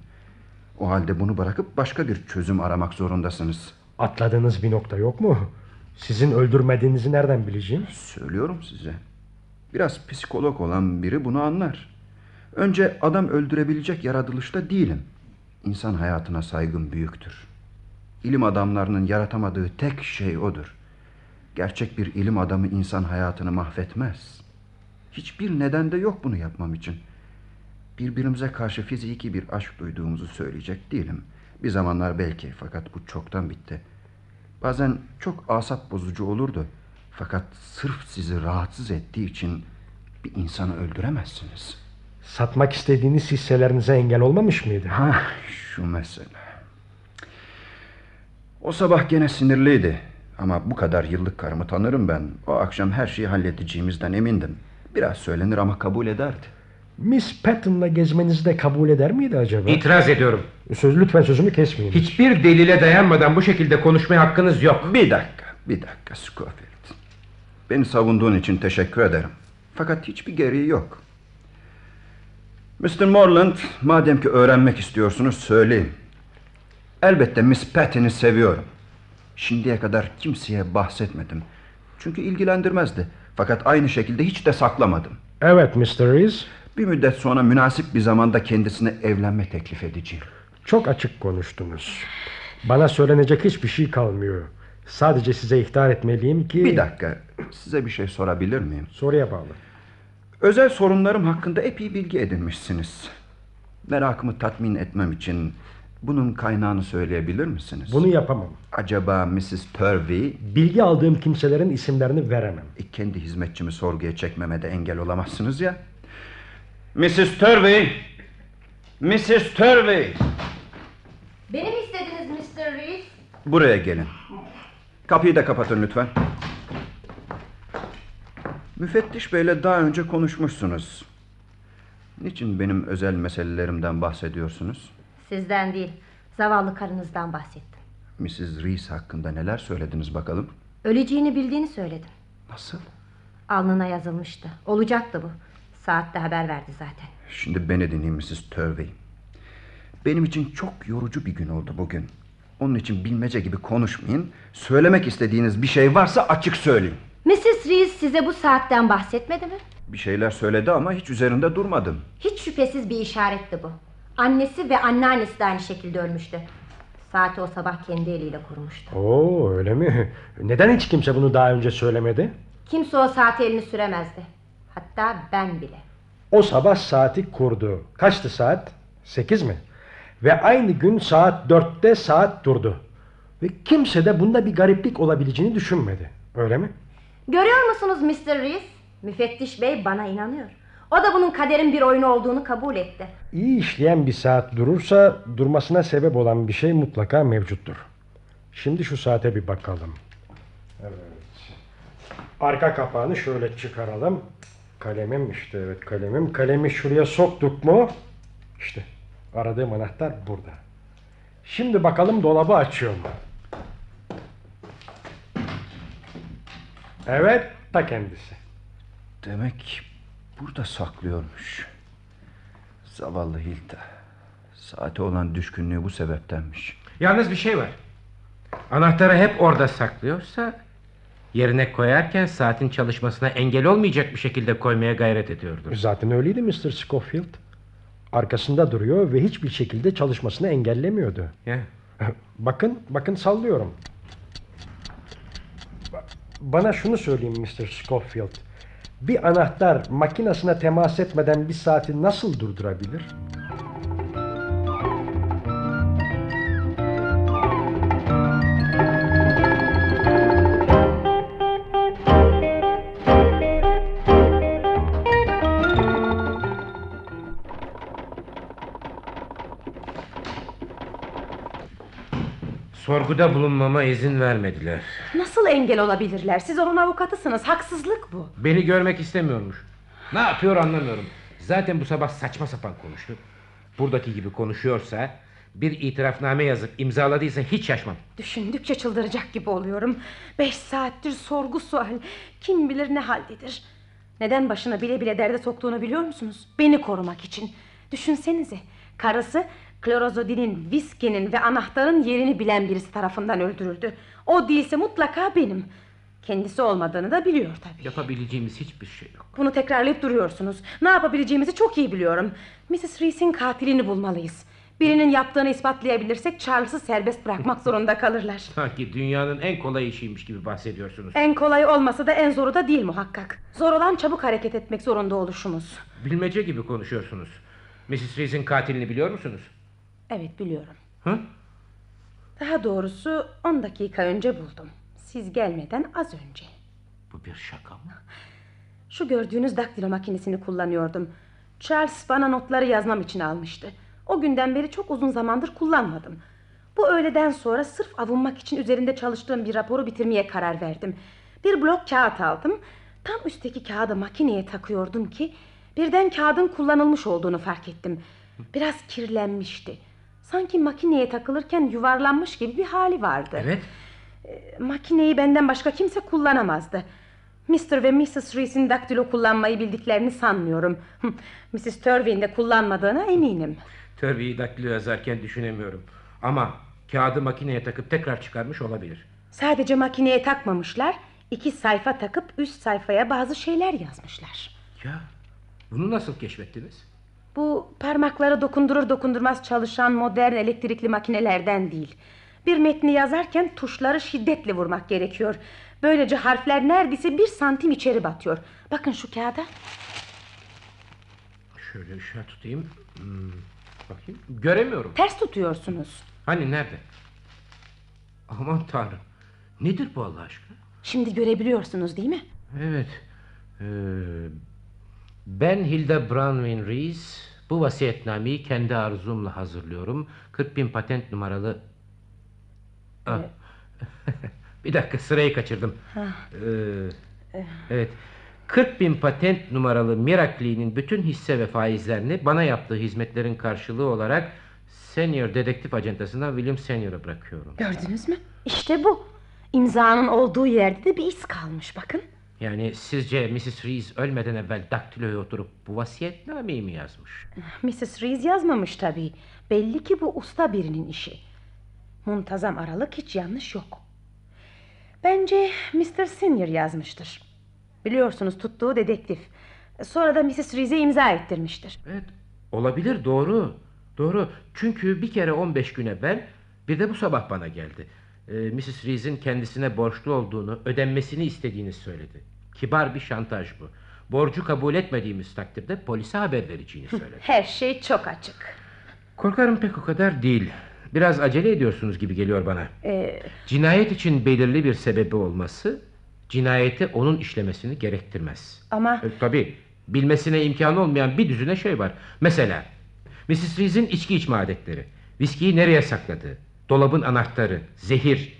O halde bunu bırakıp başka bir çözüm aramak zorundasınız. Atladığınız bir nokta yok mu? Sizin öldürmediğinizi nereden bileceğim? Söylüyorum size. Biraz psikolog olan biri bunu anlar. Önce adam öldürebilecek yaratılışta değilim. İnsan hayatına saygım büyüktür. İlim adamlarının yaratamadığı tek şey odur. Gerçek bir ilim adamı insan hayatını mahvetmez. Hiçbir neden de yok bunu yapmam için. Birbirimize karşı fiziki bir aşk duyduğumuzu söyleyecek değilim. Bir zamanlar belki, fakat bu çoktan bitti. Bazen çok asap bozucu olurdu. Fakat sırf sizi rahatsız ettiği için bir insanı öldüremezsiniz. Satmak istediğiniz hisselerinize engel olmamış mıydı? Şu mesele. O sabah gene sinirliydi. Ama bu kadar yıllık karımı tanırım ben. O akşam her şeyi halledeceğimizden emindim. Biraz söylenir ama kabul ederdi. Miss Patton'la gezmenizi de kabul eder miydi acaba? İtiraz ediyorum. Lütfen sözümü kesmeyin. Hiçbir delile dayanmadan bu şekilde konuşmaya hakkınız yok. Bir dakika Scofield. Beni savunduğun için teşekkür ederim. Fakat hiçbir gereği yok. Mr. Morland, madem ki öğrenmek istiyorsunuz söyleyin. Elbette Miss Patty'ni seviyorum. Şimdiye kadar kimseye bahsetmedim. Çünkü ilgilendirmezdi. Fakat aynı şekilde hiç de saklamadım. Evet Mr. Reese. Bir müddet sonra münasip bir zamanda kendisine evlenme teklif edeceğim. Çok açık konuştunuz. Bana söylenecek hiçbir şey kalmıyor. Sadece size ihtar etmeliyim ki... Bir dakika, size bir şey sorabilir miyim? Soruya bağlı. Özel sorunlarım hakkında epey bilgi edinmişsiniz. Merakımı tatmin etmem için bunun kaynağını söyleyebilir misiniz? Bunu yapamam. Acaba Mrs. Turvey? Bilgi aldığım kimselerin isimlerini veremem. Kendi hizmetçimi sorguya çekmeme de engel olamazsınız ya. Mrs. Turvey! Mrs. Turvey! Beni mi istediniz Mr. Reese? Buraya gelin. Kapıyı da kapatın lütfen. Müfettiş beyle daha önce konuşmuşsunuz. Niçin benim özel meselelerimden bahsediyorsunuz? Sizden değil, zavallı karınızdan bahsettim. Mrs. Reese hakkında neler söylediniz bakalım? Öleceğini bildiğini söyledim. Nasıl? Alnına yazılmıştı. Olacaktı bu. Saatte haber verdi zaten. Şimdi beni dinleyin Mrs. Turvey. Benim için çok yorucu bir gün oldu bugün. Onun için bilmece gibi konuşmayın. Söylemek istediğiniz bir şey varsa açık söyleyin. Mrs. Reese size bu saatten bahsetmedi mi? Bir şeyler söyledi ama hiç üzerinde durmadım. Hiç şüphesiz bir işaretti bu. Annesi ve anneannesi de aynı şekilde ölmüştü. Saati o sabah kendi eliyle kurmuştu. Oo, öyle mi? Neden hiç kimse bunu daha önce söylemedi? Kimse o saate elini süremezdi. Hatta ben bile. O sabah saati kurdu. Kaçtı saat? 8 mi? Ve aynı gün saat 4'te saat durdu. Ve kimse de bunda bir gariplik olabileceğini düşünmedi. Öyle mi? Görüyor musunuz Mr. Reese? Müfettiş bey bana inanıyor. O da bunun kaderin bir oyunu olduğunu kabul etti. İyi işleyen bir saat durursa durmasına sebep olan bir şey mutlaka mevcuttur. Şimdi şu saate bir bakalım. Evet. Arka kapağını şöyle çıkaralım. Kalemim işte, evet kalemim. Kalemi şuraya soktuk mu? İşte aradığım anahtar burada. Şimdi bakalım dolabı açıyor mu? Evet, ta kendisi. Demek burada saklıyormuş. Zavallı Hilda. Saate olan düşkünlüğü bu sebeptenmiş. Yalnız bir şey var. Anahtarı hep orada saklıyorsa yerine koyarken saatin çalışmasına engel olmayacak bir şekilde koymaya gayret ediyordur. Zaten öyleydi Mr. Scofield. Arkasında duruyor ve hiçbir şekilde çalışmasını engellemiyordu. Ya. Bakın sallıyorum. Bana şunu söyleyin Mr. Scofield. Bir anahtar makinesine temas etmeden bir saati nasıl durdurabilir? Sorguda bulunmama izin vermediler. Nasıl engel olabilirler? Siz onun avukatısınız. Haksızlık bu. Beni görmek istemiyormuş. Ne yapıyor anlamıyorum. Zaten bu sabah saçma sapan konuştu. Buradaki gibi konuşuyorsa, bir itirafname yazıp imzaladıysa hiç şaşmam. Düşündükçe çıldıracak gibi oluyorum. 5 saattir sorgu sual. Kim bilir ne haldedir. Neden başına bile bile derde soktuğunu biliyor musunuz? Beni korumak için. Düşünsenize. Karısı klorazodinin, viskinin ve anahtarın yerini bilen birisi tarafından öldürüldü. O değilse mutlaka benim. Kendisi olmadığını da biliyor tabii. Yapabileceğimiz hiçbir şey yok. Bunu tekrarlayıp duruyorsunuz. Ne yapabileceğimizi çok iyi biliyorum. Mrs. Reese'in katilini bulmalıyız. Birinin yaptığını ispatlayabilirsek Charles'ı serbest bırakmak zorunda kalırlar. Sanki dünyanın en kolay işiymiş gibi bahsediyorsunuz. En kolay olmasa da en zoru da değil muhakkak. Zor olan çabuk hareket etmek zorunda oluşumuz. Bilmece gibi konuşuyorsunuz. Mrs. Reese'in katilini biliyor musunuz? Evet, biliyorum. Hı? Daha doğrusu 10 dakika önce buldum. Siz gelmeden az önce. Bu bir şaka mı? Şu gördüğünüz daktilo makinesini kullanıyordum. Charles bana notları yazmam için almıştı. O günden beri çok uzun zamandır kullanmadım. Bu öğleden sonra sırf avunmak için üzerinde çalıştığım bir raporu bitirmeye karar verdim. Bir blok kağıt aldım. Tam üstteki kağıdı makineye takıyordum ki birden kağıdın kullanılmış olduğunu fark ettim. Biraz kirlenmişti. Sanki makineye takılırken yuvarlanmış gibi bir hali vardı. Evet. Makineyi benden başka kimse kullanamazdı. Mr. ve Mrs. Reese'in daktilo kullanmayı bildiklerini sanmıyorum. Mrs. Turvey'in de kullanmadığına eminim. Turvey'i daktilo yazarken düşünemiyorum. Ama kağıdı makineye takıp tekrar çıkarmış olabilir. Sadece makineye takmamışlar. 2 sayfa takıp üst sayfaya bazı şeyler yazmışlar. Ya, bunu nasıl keşfettiniz? Bu parmakları dokundurur dokundurmaz çalışan modern elektrikli makinelerden değil. Bir metni yazarken tuşları şiddetle vurmak gerekiyor. Böylece harfler neredeyse 1 santim içeri batıyor. Bakın şu kağıda. Şöyle ışığa tutayım. Bakayım. Göremiyorum. Ters tutuyorsunuz. Hani nerede? Aman Tanrım. Nedir bu Allah aşkına? Şimdi görebiliyorsunuz değil mi? Evet. Ben Hilda Branwyn Reese. Bu vasiyetnameyi kendi arzumla hazırlıyorum. 40.000 patent numaralı... Bir dakika, sırayı kaçırdım. Evet. 40.000 patent numaralı Miracle'nin bütün hisse ve faizlerini bana yaptığı hizmetlerin karşılığı olarak Senior dedektif acentasından William Senior'a bırakıyorum. Gördünüz mü? İşte bu. İmzanın olduğu yerde de bir iz kalmış bakın. Yani sizce Mrs. Rees ölmeden evvel daktiloya oturup bu vasiyetnameyi mi yazmış? Mrs. Rees yazmamış tabii. Belli ki bu usta birinin işi. Muntazam aralık, hiç yanlış yok. Bence Mr. Senior yazmıştır. Biliyorsunuz, tuttuğu dedektif. Sonra da Mrs. Rees'e imza ettirmiştir. Evet, olabilir, doğru. Doğru, çünkü bir kere 15 gün evvel, bir de bu sabah bana geldi. Mrs. Rees'in kendisine borçlu olduğunu, ödenmesini istediğini söyledi. Kibar bir şantaj bu. Borcu kabul etmediğimiz takdirde polise haber vereceğini söyledi. Her şey çok açık. Korkarım pek o kadar değil. Biraz acele ediyorsunuz gibi geliyor bana. Cinayet için belirli bir sebebi olması cinayeti onun işlemesini gerektirmez. Ama tabii bilmesine imkanı olmayan bir düzine şey var. Mesela Mrs. Rees'in içki içme adetleri, viskiyi nereye sakladığı, dolabın anahtarı, zehir,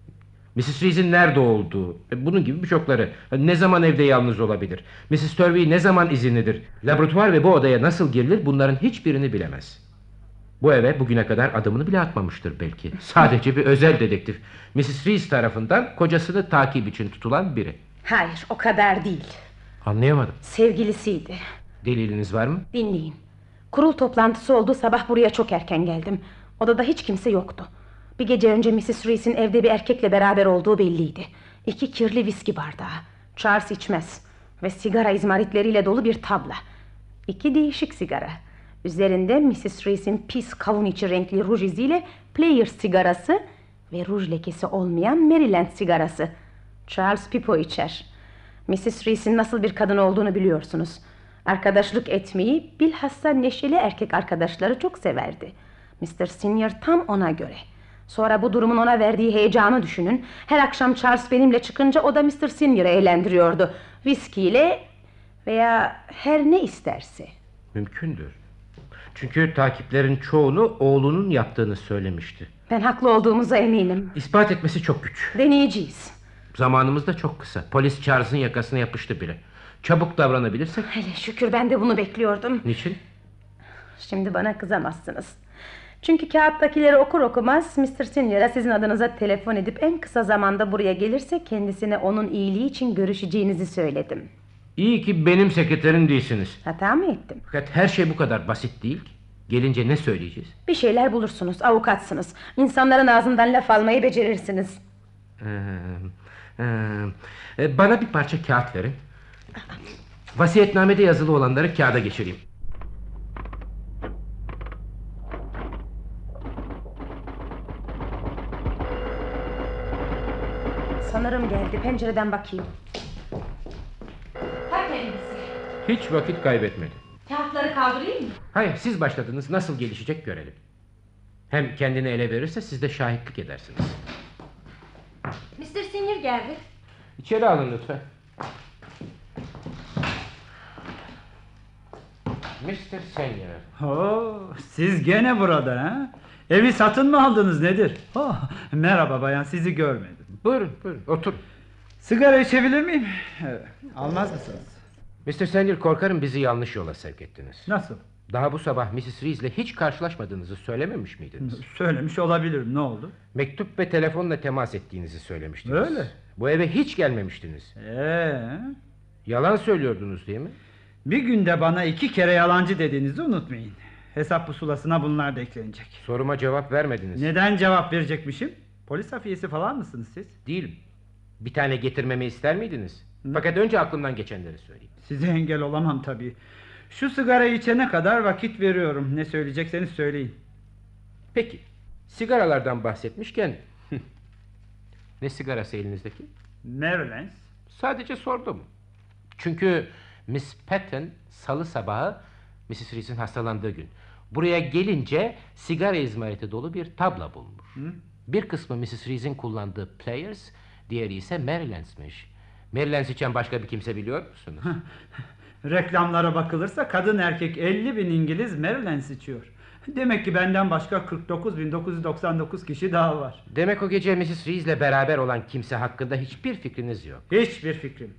Mrs. Rees'in nerede olduğu, bunun gibi birçokları. Ne zaman evde yalnız olabilir, Mrs. Turvey ne zaman izinlidir, laboratuvar ve bu odaya nasıl girilir, bunların hiçbirini bilemez. Bu eve bugüne kadar adımını bile atmamıştır belki. Sadece bir özel dedektif, Mrs. Rees tarafından kocasını takip için tutulan biri. hayır, o kadar değil. Anlayamadım. Sevgilisiydi. Deliliniz var mı? Dinleyin. Kurul toplantısı olduğu sabah buraya çok erken geldim. Odada hiç kimse yoktu. Bir gece önce Mrs. Rees'in evde bir erkekle beraber olduğu belliydi. 2 kirli viski bardağı. Charles içmez. Ve sigara izmaritleriyle dolu bir tabla. 2 değişik sigara. Üzerinde Mrs. Rees'in pis kavun içi renkli ruj iziyle Players sigarası ve ruj lekesi olmayan Maryland sigarası. Charles pipo içer. Mrs. Rees'in nasıl bir kadın olduğunu biliyorsunuz. Arkadaşlık etmeyi, bilhassa neşeli erkek arkadaşları çok severdi. Mr. Senior tam ona göre. Sonra bu durumun ona verdiği heyecanı düşünün. Her akşam Charles benimle çıkınca o da Mr. Senior'ı eğlendiriyordu. Viskiyle veya her ne isterse. Mümkündür. Çünkü takiplerin çoğunu oğlunun yaptığını söylemişti. Ben haklı olduğumuza eminim. İspat etmesi çok güç. Deneyeceğiz. Zamanımız da çok kısa. Polis Charles'ın yakasına yapıştı bile. Çabuk davranabilirsek. Hele şükür, ben de bunu bekliyordum. Niçin? Şimdi bana kızamazsınız. Çünkü kağıttakileri okur okumaz Mr. Senior'a sizin adınıza telefon edip en kısa zamanda buraya gelirse kendisine onun iyiliği için görüşeceğinizi söyledim. İyi ki benim sekreterim değilsiniz. Hata mı ettim? Fakat her şey bu kadar basit değil ki. Gelince ne söyleyeceğiz? Bir şeyler bulursunuz, avukatsınız. İnsanların ağzından laf almayı becerirsiniz. Bana bir parça kağıt verin. Vasiyetnamede yazılı olanları kağıda geçireyim. Sanırım geldi, pencereden bakayım. Hadi elinizi. Hiç vakit kaybetmedi. Kağıtları kaldırayım mı? Hayır, siz başladınız, nasıl gelişecek görelim. Hem kendini ele verirse siz de şahitlik edersiniz. Mr. Senior geldi. İçeri alın lütfen. Mr. Senior. Siz gene burada ha? Evi satın mı aldınız, nedir? Merhaba bayan, sizi görmedim. Buyurun otur. Sigara içebilir miyim? Evet. Almaz mısınız? Mr. Senior, korkarım bizi yanlış yola sevk ettiniz. Nasıl? Daha bu sabah Mrs. Rees'le hiç karşılaşmadığınızı söylememiş miydiniz? Söylemiş olabilirim, ne oldu? Mektup ve telefonla temas ettiğinizi söylemiştiniz. Öyle. Bu eve hiç gelmemiştiniz. Yalan söylüyordunuz değil mi? Bir günde bana 2 kere yalancı dediğinizi unutmayın. Hesap pusulasına bunlar da eklenecek. Soruma cevap vermediniz. Neden cevap verecekmişim? Polis hafiyesi falan mısınız siz? Değilim. Bir tane getirmemi ister miydiniz? Fakat önce aklımdan geçenleri söyleyeyim. Size engel olamam tabii. Şu sigarayı içene kadar vakit veriyorum. Ne söyleyecekseniz söyleyin. Peki, sigaralardan bahsetmişken ne sigarası elinizdeki? Maryland. Sadece sordum. Çünkü Miss Patton salı sabahı, Mrs. Rees'in hastalandığı gün, buraya gelince sigara izmariti dolu bir tabla bulmuş. Bir kısmı Mrs. Rees'in kullandığı Players, diğeri ise Maryland'smış. Maryland içen başka bir kimse biliyor musunuz? Reklamlara bakılırsa kadın erkek 50.000 İngiliz Maryland içiyor. Demek ki benden başka 49.999 kişi daha var. Demek o gece Mrs. Rees'le beraber olan kimse hakkında hiçbir fikriniz yok. Hiçbir fikrim.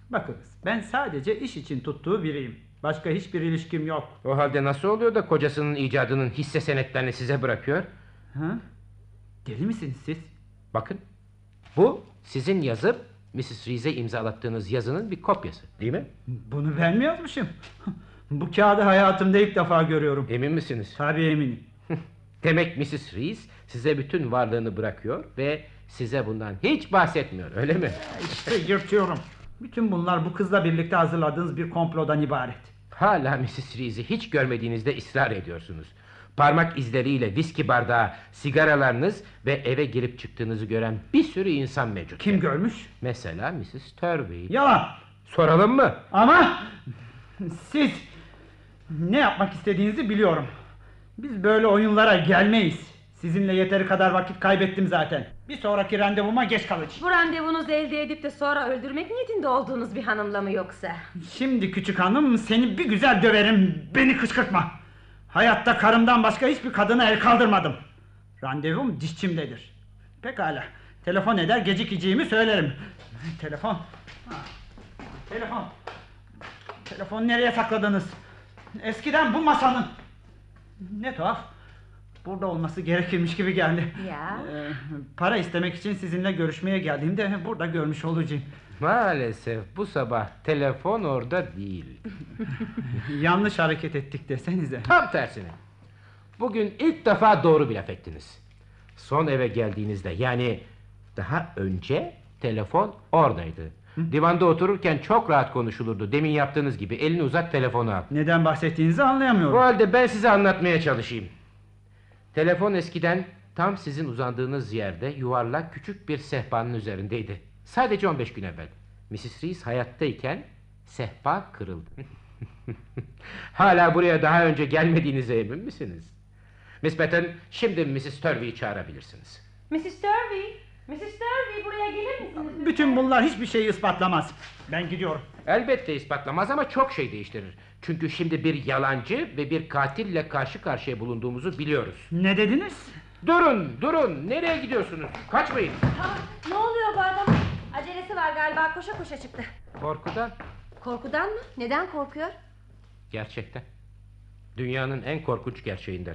Bakınız, ben sadece iş için tuttuğu biriyim. Başka hiçbir ilişkim yok. O halde nasıl oluyor da kocasının icadının hisse senetlerini size bırakıyor? Ha? Deli misiniz siz? Bakın, bu sizin yazıp Mrs. Rees'e imzalattığınız yazının bir kopyası, değil mi? Bunu ben mi yazmışım? Bu kağıdı hayatımda ilk defa görüyorum. Emin misiniz? Tabii eminim. Demek Mrs. Rees size bütün varlığını bırakıyor ve size bundan hiç bahsetmiyor, öyle mi? İşte yırtıyorum. Bütün bunlar bu kızla birlikte hazırladığınız bir komplodan ibaret. Hala Mrs. Rees'i hiç görmediğinizde ısrar ediyorsunuz. Parmak izleriyle viski bardağı, sigaralarınız ve eve girip çıktığınızı gören bir sürü insan mevcut. Kim görmüş? Mesela Mrs. Turvey. Yalan. Soralım mı? Ama siz ne yapmak istediğinizi biliyorum. Biz böyle oyunlara gelmeyiz. Sizinle yeteri kadar vakit kaybettim zaten. Bir sonraki randevuma geç kalacağım. Bu randevunuzu elde edip de sonra öldürmek niyetinde olduğunuz bir hanımla mı yoksa? Şimdi küçük hanım, seni bir güzel döverim. Beni kışkırtma. Hayatta karımdan başka hiçbir kadına el kaldırmadım. Randevum dişçimdedir. Pekala. Telefon eder, gecikeceğimi söylerim. Telefon. Telefon. Telefonu nereye sakladınız? Eskiden bu masanın. Ne tuhaf. Burada olması gerekirmiş gibi geldi. Ya. Para istemek için sizinle görüşmeye geldiğimde burada görmüş olacağım. Maalesef bu sabah telefon orada değil. Yanlış hareket ettik desenize. Tam tersine. Bugün ilk defa doğru bir laf ettiniz. Son eve geldiğinizde, yani daha önce telefon oradaydı. Divanda otururken çok rahat konuşulurdu. Demin yaptığınız gibi elini uzat, telefonu al. Neden bahsettiğinizi anlayamıyorum. Bu halde ben size anlatmaya çalışayım. Telefon eskiden tam sizin uzandığınız yerde yuvarlak küçük bir sehpanın üzerindeydi. Sadece 15 gün evvel. Mrs. Rees hayattayken sehpa kırıldı. Hala buraya daha önce gelmediğinize emin misiniz? Miss Patton, şimdi Mrs. Turvey'i çağırabilirsiniz. Mrs. Turvey, Mrs. Turvey, buraya gelir misiniz? Bütün bunlar hiçbir şeyi ispatlamaz. Ben gidiyorum. Elbette ispatlamaz ama çok şey değiştirir. Çünkü şimdi bir yalancı ve bir katille karşı karşıya bulunduğumuzu biliyoruz. Ne dediniz? Durun, nereye gidiyorsunuz? Kaçmayın. Ne oluyor bu adamın? Acelesi var galiba, koşa koşa çıktı. Korkudan. Korkudan mı? Neden korkuyor? Gerçekten. Dünyanın en korkunç gerçeğinden.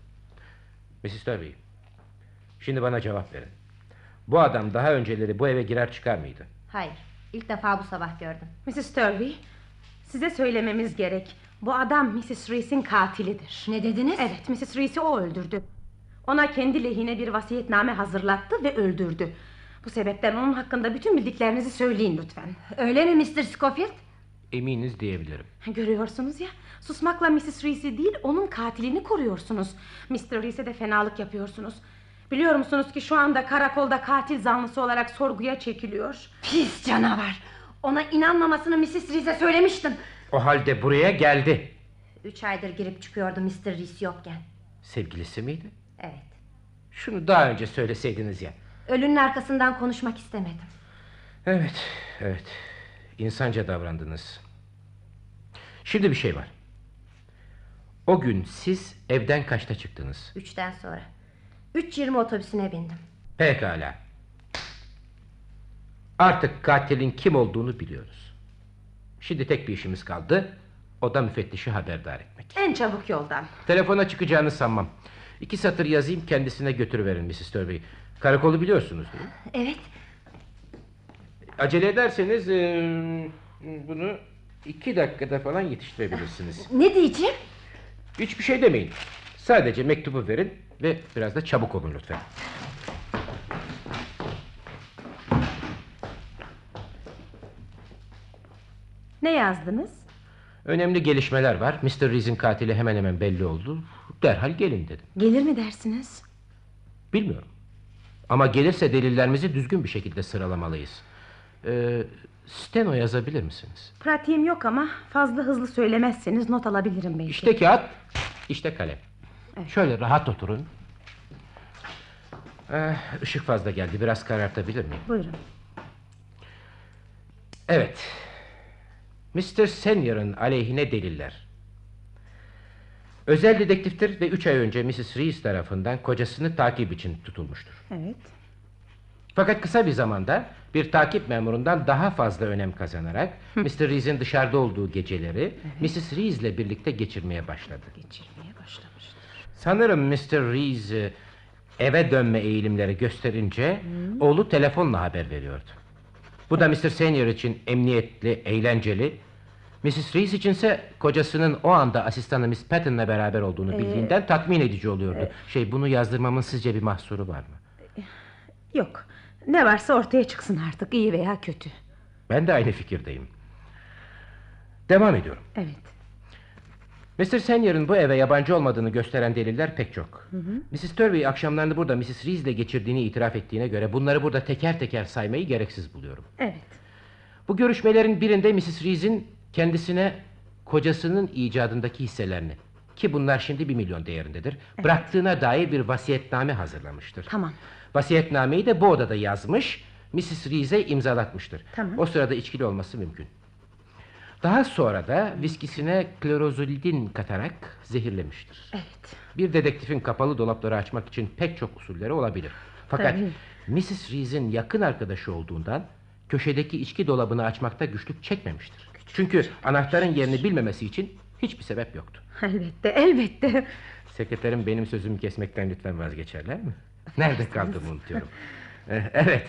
Mrs. Turvey, şimdi bana cevap verin. Bu adam daha önceleri bu eve girer çıkar mıydı? Hayır, ilk defa bu sabah gördüm. Mrs. Turvey, size söylememiz gerek. Bu adam Mrs. Rees'in katilidir. Ne dediniz? Evet, Mrs. Rees'i o öldürdü. Ona kendi lehine bir vasiyetname hazırlattı ve öldürdü. Bu sebepten onun hakkında bütün bildiklerinizi söyleyin lütfen. Öyle mi Mr. Scofield? Eminiz diyebilirim. Görüyorsunuz ya, susmakla Mrs. Rees'i değil, onun katilini koruyorsunuz. Mr. Rees'e de fenalık yapıyorsunuz. Biliyor musunuz ki şu anda karakolda katil zanlısı olarak sorguya çekiliyor. Pis canavar. Ona inanmamasını Mrs. Rees'e söylemiştim. O halde buraya geldi. 3 aydır girip çıkıyordu Mr. Rees yokken. Sevgilisi miydi? Evet. Şunu daha önce söyleseydiniz ya. Ölünün arkasından konuşmak istemedim. Evet. İnsanca davrandınız. Şimdi bir şey var. O gün siz evden kaçta çıktınız? 3'ten sonra. 3:20 otobüsüne bindim. Pekala. Artık katilin kim olduğunu biliyoruz. Şimdi tek bir işimiz kaldı. O da müfettişi haberdar etmek. En çabuk yoldan. Telefona çıkacağını sanmam. 2 satır yazayım, kendisine götürüverin Mrs. Turvey. Karakolu biliyorsunuz değil mi? Evet. Acele ederseniz bunu 2 dakikada falan yetiştirebilirsiniz. Ne diyeceğim? Hiçbir şey demeyin. Sadece mektubu verin ve biraz da çabuk olun lütfen. Ne yazdınız? Önemli gelişmeler var. Mr. Rees'in katili hemen hemen belli oldu. Derhal gelin dedim. Gelir mi dersiniz? Bilmiyorum. Ama gelirse delillerimizi düzgün bir şekilde sıralamalıyız. Steno yazabilir misiniz? Pratiğim yok ama fazla hızlı söylemezseniz not alabilirim belki. İşte kağıt, işte kalem. Evet. Şöyle rahat oturun. Işık fazla geldi. Biraz karartabilir miyim? Buyurun. Evet. Mr. Senior'ın aleyhine deliller. Özel dedektiftir ve 3 ay önce Mrs. Rees tarafından kocasını takip için tutulmuştur. Evet. Fakat kısa bir zamanda bir takip memurundan daha fazla önem kazanarak Mr. Rees'in dışarıda olduğu geceleri Mrs. Rees'le birlikte geçirmeye başladı. Sanırım Mr. Rees eve dönme eğilimleri gösterince oğlu telefonla haber veriyordu. Bu da Mr. Senior için emniyetli, eğlenceli, Mrs. Rees içinse kocasının o anda asistanı Miss Patton'la beraber olduğunu bildiğinden tatmin edici oluyordu. Bunu yazdırmamın sizce bir mahsuru var mı? Yok. Ne varsa ortaya çıksın artık, iyi veya kötü. Ben de aynı fikirdeyim. Devam ediyorum. Evet. Mr. Senior'ın bu eve yabancı olmadığını gösteren deliller pek çok. Mrs. Turvey akşamlarını burada Mrs. Rees'le geçirdiğini itiraf ettiğine göre bunları burada teker teker saymayı gereksiz buluyorum. Evet. Bu görüşmelerin birinde Mrs. Rees'in kendisine kocasının icadındaki hisselerini, ki bunlar şimdi 1 milyon değerindedir, bıraktığına dair bir vasiyetname hazırlamıştır. Tamam. Vasiyetnameyi de bu odada yazmış, Mrs. Rees'e imzalatmıştır. Tamam. O sırada içkili olması mümkün. Daha sonra da viskisine klorozolidin katarak zehirlemiştir. Evet. Bir dedektifin kapalı dolapları açmak için pek çok usulleri olabilir. Fakat Tabii. Mrs. Rees'in yakın arkadaşı olduğundan köşedeki içki dolabını açmakta güçlük çekmemiştir. Çünkü anahtarın yerini bilmemesi için hiçbir sebep yoktu. Elbette, elbette. Sekreterim benim sözümü kesmekten lütfen vazgeçerler mi? Nerede kaldığımı unutuyorum. Evet.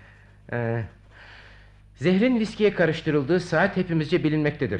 Zehrin viskiye karıştırıldığı saat hepimizce bilinmektedir.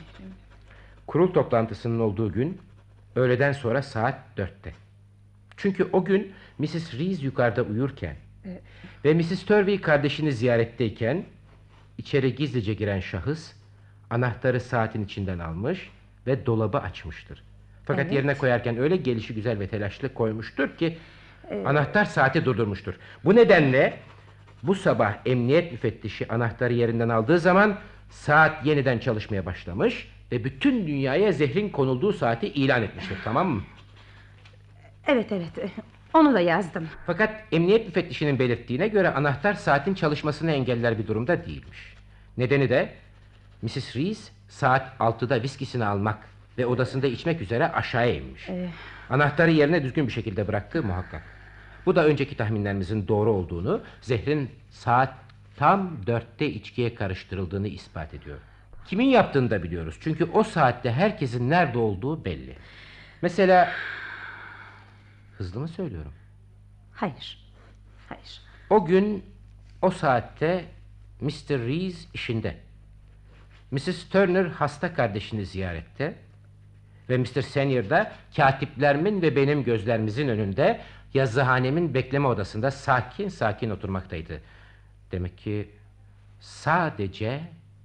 Kurul toplantısının olduğu gün öğleden sonra saat 4'te. Çünkü o gün Mrs. Rees yukarıda uyurken ve Mrs. Turvey kardeşini ziyaretteyken içeri gizlice giren şahıs anahtarı saatin içinden almış ve dolabı açmıştır. Fakat yerine koyarken öyle gelişigüzel ve telaşlı koymuştur ki anahtar saati durdurmuştur. Bu nedenle bu sabah emniyet müfettişi anahtarı yerinden aldığı zaman saat yeniden çalışmaya başlamış ve bütün dünyaya zehrin konulduğu saati ilan etmiştir, tamam mı? Evet, onu da yazdım. Fakat emniyet müfettişinin belirttiğine göre anahtar saatin çalışmasını engeller bir durumda değilmiş. Nedeni de Mrs. Rees saat 6'da viskisini almak ve odasında içmek üzere aşağıya inmiş. Anahtarı yerine düzgün bir şekilde bıraktığı muhakkak. Bu da önceki tahminlerimizin doğru olduğunu, zehrin saat tam 4'te içkiye karıştırıldığını ispat ediyor. Kimin yaptığını da biliyoruz. Çünkü o saatte herkesin nerede olduğu belli. Mesela... Hızlı mı söylüyorum? Hayır. O gün o saatte Mr. Rees işinde. Mrs. Turner hasta kardeşini ziyarette ve Mr. Senior da katiplerimin ve benim gözlerimizin önünde yazıhanemin bekleme odasında sakin sakin oturmaktaydı. Demek ki sadece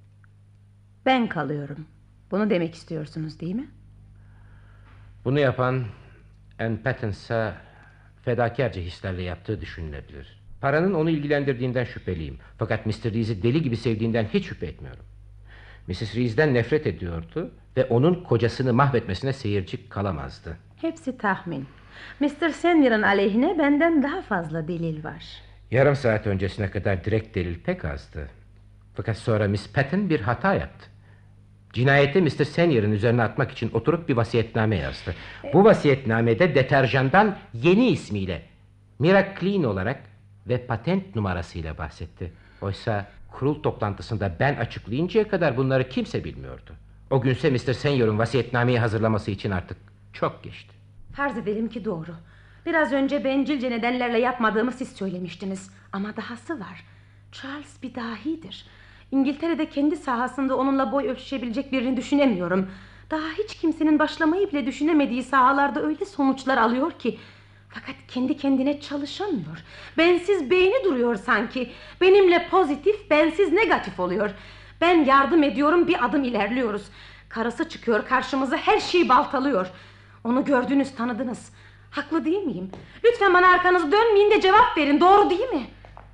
ben kalıyorum. Bunu demek istiyorsunuz değil mi? Bunu yapan Anne Patton'sa fedakarca hislerle yaptığı düşünülebilir. Paranın onu ilgilendirdiğinden şüpheliyim. Fakat Mr. Rees'i deli gibi sevdiğinden hiç şüphe etmiyorum. Mrs. Rees'den nefret ediyordu ve onun kocasını mahvetmesine seyirci kalamazdı. Hepsi tahmin. Mr. Senior'ın aleyhine benden daha fazla delil var. Yarım saat öncesine kadar direkt delil pek azdı. Fakat sonra Miss Patton bir hata yaptı. Cinayeti Mr. Senior'ın üzerine atmak için oturup bir vasiyetname yazdı. Bu vasiyetnamede deterjandan yeni ismiyle Mira Clean olarak ve patent numarasıyla bahsetti. Oysa kurul toplantısında ben açıklayıncaya kadar bunları kimse bilmiyordu. O günse Mr. Senior'ın vasiyetnameyi hazırlaması için artık çok geçti. Farz edelim ki doğru. Biraz önce bencilce nedenlerle yapmadığımı siz söylemiştiniz. Ama dahası var. Charles bir dahidir. İngiltere'de kendi sahasında onunla boy ölçüşebilecek birini düşünemiyorum. Daha hiç kimsenin başlamayı bile düşünemediği sahalarda öyle sonuçlar alıyor ki. Fakat kendi kendine çalışamıyor. Bensiz beyni duruyor sanki. Benimle pozitif, bensiz negatif oluyor. Ben yardım ediyorum, bir adım ilerliyoruz. Karısı çıkıyor karşımıza, her şeyi baltalıyor. Onu gördünüz, tanıdınız. Haklı değil miyim? Lütfen bana arkanızı dönmeyin de cevap verin, doğru değil mi?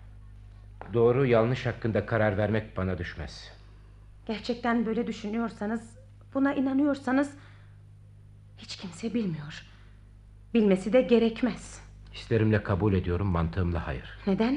Doğru yanlış hakkında karar vermek bana düşmez. Gerçekten böyle düşünüyorsanız, buna inanıyorsanız hiç kimse bilmiyor. Bilmesi de gerekmez. Hislerimle kabul ediyorum, mantığımla hayır. Neden?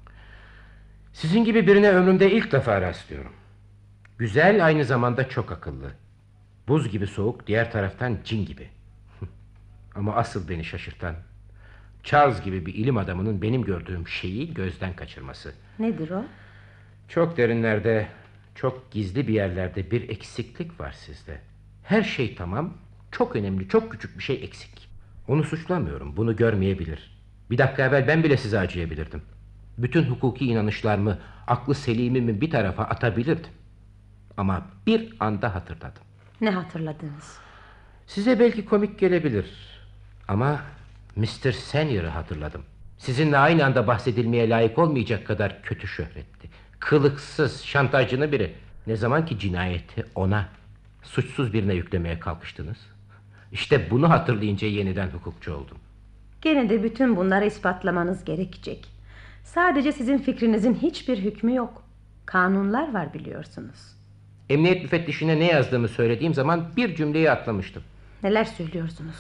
Sizin gibi birine ömrümde ilk defa rastlıyorum. Güzel, aynı zamanda çok akıllı. Buz gibi soğuk, diğer taraftan cin gibi. Ama asıl beni şaşırtan Charles gibi bir ilim adamının benim gördüğüm şeyi gözden kaçırması. Nedir o? Çok derinlerde, çok gizli bir yerlerde bir eksiklik var sizde. Her şey tamam, çok önemli, çok küçük bir şey eksik. Onu suçlamıyorum, bunu görmeyebilir. Bir dakika evvel ben bile size acıyabilirdim. Bütün hukuki inanışlarımı, aklı selimimi bir tarafa atabilirdim. Ama bir anda hatırladım. Ne hatırladınız? Size belki komik gelebilir. Ama Mr. Senior'ı hatırladım. Sizinle aynı anda bahsedilmeye layık olmayacak kadar kötü şöhretti. Kılıksız, şantajcını biri. Ne zaman ki cinayeti ona, suçsuz birine yüklemeye kalkıştınız. İşte bunu hatırlayınca yeniden hukukçu oldum. Gene de bütün bunları ispatlamanız gerekecek. Sadece sizin fikrinizin hiçbir hükmü yok. Kanunlar var biliyorsunuz. Emniyet müfettişine ne yazdığımı söylediğim zaman bir cümleyi atlamıştım. Neler söylüyorsunuz?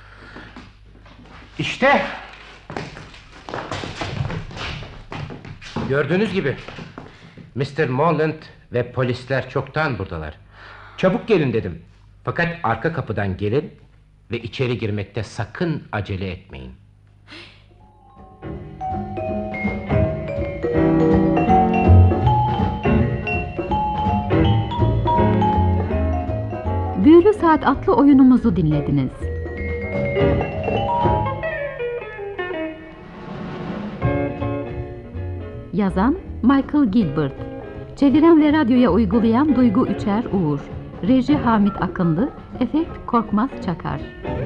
İşte. Gördüğünüz gibi Mr. Morland ve polisler çoktan buradalar. Çabuk gelin dedim. Fakat arka kapıdan gelin ve içeri girmekte sakın acele etmeyin. Büyülü Saat adlı oyunumuzu dinlediniz. Yazan Michael Gilbert, çeviren ve radyoya uygulayan Duygu Üçer Uğur, reji Hamit Akınlı, efekt Korkmaz Çakar.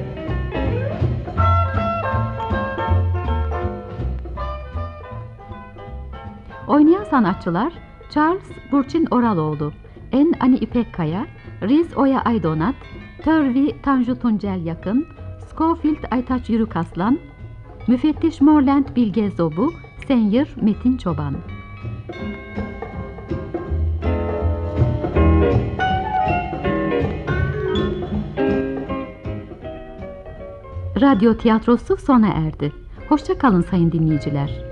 Oynayan sanatçılar: Charles Burçin Oraloğlu, En Ani İpekkaya, Riz Oya Aydonat, Törvi Tanju Tuncel Yakın, Scofield Aytaç Yürükaslan, Müfettiş Morland Bilge Zobu, Senior Metin Çoban. Radyo tiyatrosu sona erdi. Hoşça kalın sayın dinleyiciler.